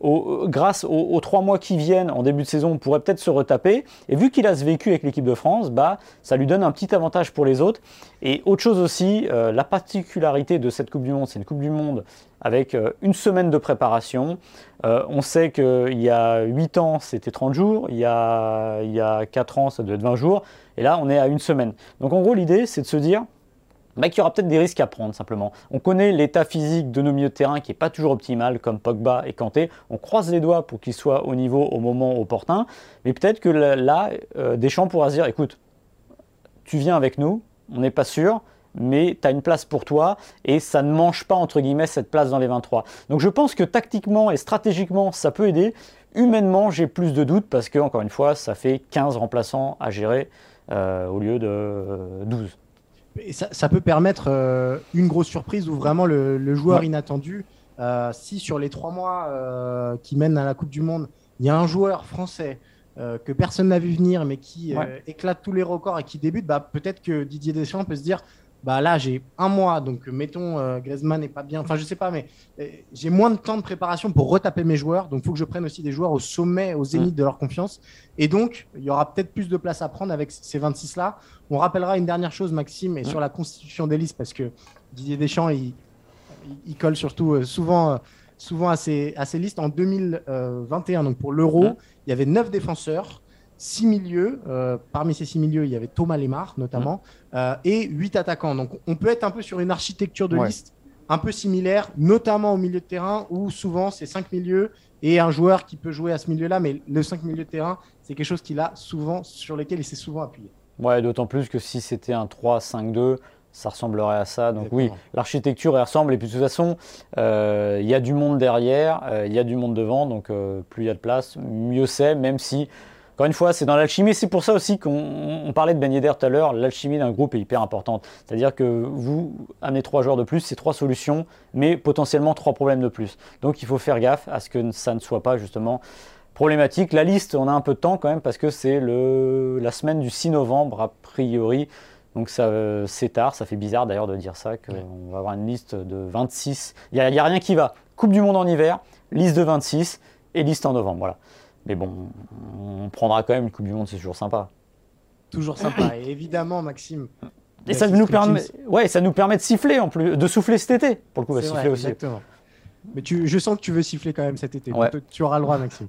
grâce aux 3 mois qui viennent en début de saison, pourrait peut-être se retaper. Et vu qu'il a ce vécu avec l'équipe de France, ça lui donne un petit avantage pour les autres. Et autre chose aussi, la particularité de cette Coupe du Monde, c'est une Coupe du Monde avec une semaine de préparation. On sait qu'il y a 8 ans, c'était 30 jours. Il y a 4 ans, ça devait être 20 jours. Et là, on est à une semaine. Donc en gros, l'idée, c'est de se dire, qu'il y aura peut-être des risques à prendre simplement. On connaît l'état physique de nos milieux de terrain qui n'est pas toujours optimal, comme Pogba et Kanté. On croise les doigts pour qu'ils soient au niveau au moment opportun. Mais peut-être que là, Deschamps pourra se dire, écoute, tu viens avec nous, on n'est pas sûr, mais tu as une place pour toi et ça ne mange pas, entre guillemets, cette place dans les 23. Donc je pense que tactiquement et stratégiquement, ça peut aider. Humainement, j'ai plus de doutes parce que, encore une fois, ça fait 15 remplaçants à gérer au lieu de 12. Et ça peut permettre une grosse surprise où vraiment le joueur inattendu, si sur les 3 mois qui mènent à la Coupe du Monde, il y a un joueur français que personne n'a vu venir mais qui éclate tous les records et qui débute, peut-être que Didier Deschamps peut se dire là j'ai un mois, donc mettons Griezmann n'est pas bien, enfin je sais pas, mais j'ai moins de temps de préparation pour retaper mes joueurs, donc il faut que je prenne aussi des joueurs au sommet, au zénith de leur confiance, et donc il y aura peut-être plus de place à prendre avec ces 26 là. On rappellera une dernière chose, Maxime, et sur la constitution des listes, parce que Didier Deschamps il colle surtout souvent à ces listes. En 2021, donc pour l'Euro, il y avait 9 défenseurs, 6 milieux, parmi ces 6 milieux, il y avait Thomas Lemar notamment, et 8 attaquants. Donc on peut être un peu sur une architecture de liste un peu similaire, notamment au milieu de terrain, où souvent c'est 5 milieux et un joueur qui peut jouer à ce milieu-là, mais le 5 milieux de terrain, c'est quelque chose sur lequel il s'est souvent appuyé. Ouais, d'autant plus que si c'était un 3-5-2, ça ressemblerait à ça. Donc Exactement. oui, l'architecture elle ressemble. Et puis de toute façon, il y a du monde derrière, il y a du monde devant. Donc plus il y a de place, mieux c'est. Même si, encore une fois, c'est dans l'alchimie. C'est pour ça aussi qu'on parlait de Ben Yedder tout à l'heure. L'alchimie d'un groupe est hyper importante. C'est-à-dire que vous amenez 3 joueurs de plus, c'est 3 solutions, mais potentiellement 3 problèmes de plus. Donc il faut faire gaffe à ce que ça ne soit pas justement problématique. La liste, on a un peu de temps quand même parce que c'est la semaine du 6 novembre a priori. Donc c'est tard, ça fait bizarre d'ailleurs de dire ça, qu'on va avoir une liste de 26. Il n'y a rien qui va. Coupe du Monde en hiver, liste de 26 et liste en novembre. Voilà. Mais bon, on prendra quand même une Coupe du Monde, c'est toujours sympa. Toujours sympa. Et évidemment, Maxime. Et ça nous permet de siffler en plus, de souffler cet été. Pour le coup, on va siffler aussi. Exactement. Mais je sens que tu veux siffler quand même cet été. Ouais. Donc tu auras le droit, Maxime.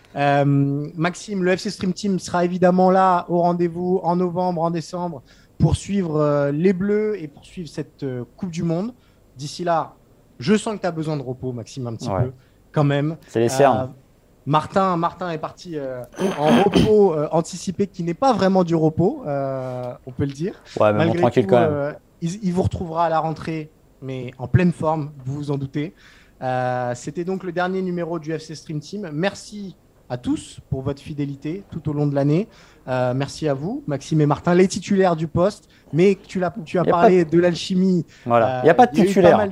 Maxime, le FC Stream Team sera évidemment là au rendez-vous en novembre, en décembre, pour suivre les Bleus et pour suivre cette Coupe du Monde. D'ici là, je sens que tu as besoin de repos, Maxime, un petit peu, quand même. C'est les cernes. Martin est parti en repos anticipé, qui n'est pas vraiment du repos, on peut le dire. Ouais, mais bon, tranquille quand même. Il vous retrouvera à la rentrée, mais en pleine forme, vous vous en doutez. C'était donc le dernier numéro du FC Stream Team. Merci à tous pour votre fidélité tout au long de l'année. Merci à vous, Maxime et Martin, les titulaires du poste. Mais tu as parlé de l'alchimie. Voilà. Il n'y a pas de titulaire.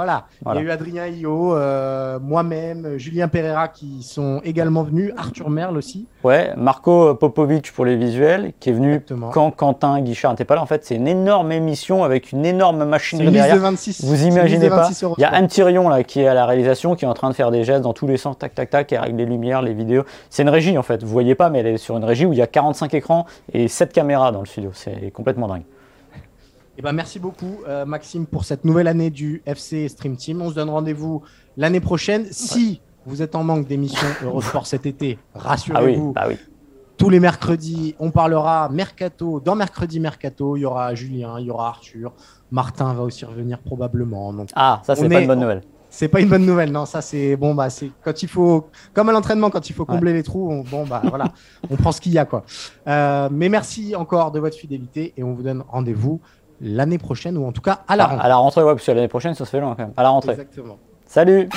Il y a eu Adrien Io, moi-même, Julien Pereira qui sont également venus, Arthur Merle aussi. Ouais, Marco Popovic pour les visuels, qui est venu Exactement. quand Quentin Guichard n'était pas là. En fait, c'est une énorme émission avec une énorme machine derrière. derrière. De 26. Vous imaginez pas. Il y a Anne Thirion là, qui est à la réalisation, qui est en train de faire des gestes dans tous les sens, tac, tac, tac, avec les lumières, les vidéos. C'est une régie en fait. Vous voyez pas, mais elle est sur une régie où il y a 45 écrans et 7 caméras dans le studio. C'est complètement dingue. Merci beaucoup, Maxime, pour cette nouvelle année du FC Stream Team. On se donne rendez-vous l'année prochaine. Si vous êtes en manque d'émissions Eurosport cet été, rassurez-vous. Ah oui. Tous les mercredis, on parlera Mercato. Dans Mercredi Mercato, il y aura Julien, il y aura Arthur. Martin va aussi revenir probablement. Donc, ça, c'est pas une bonne nouvelle. C'est pas une bonne nouvelle, non. Ça, c'est c'est quand il faut, comme à l'entraînement, quand il faut combler les trous. Voilà, on prend ce qu'il y a, quoi. Mais merci encore de votre fidélité et on vous donne rendez-vous l'année prochaine, ou en tout cas à la rentrée. À la rentrée, parce que l'année prochaine, ça se fait loin quand même. À la rentrée. Exactement. Salut!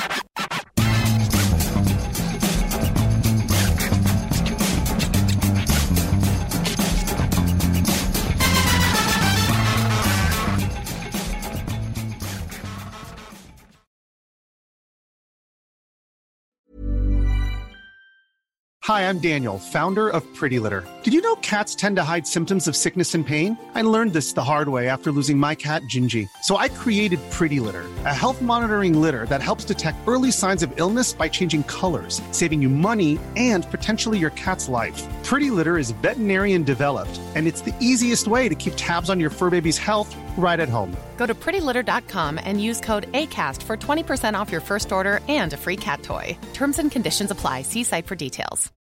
Hi, I'm Daniel, founder of Pretty Litter. Did you know cats tend to hide symptoms of sickness and pain? I learned this the hard way after losing my cat, Gingy. So I created Pretty Litter, a health monitoring litter that helps detect early signs of illness by changing colors, saving you money and potentially your cat's life. Pretty Litter is veterinarian developed, and it's the easiest way to keep tabs on your fur baby's health right at home. Go to prettylitter.com and use code ACAST for 20% off your first order and a free cat toy. Terms and conditions apply. See site for details.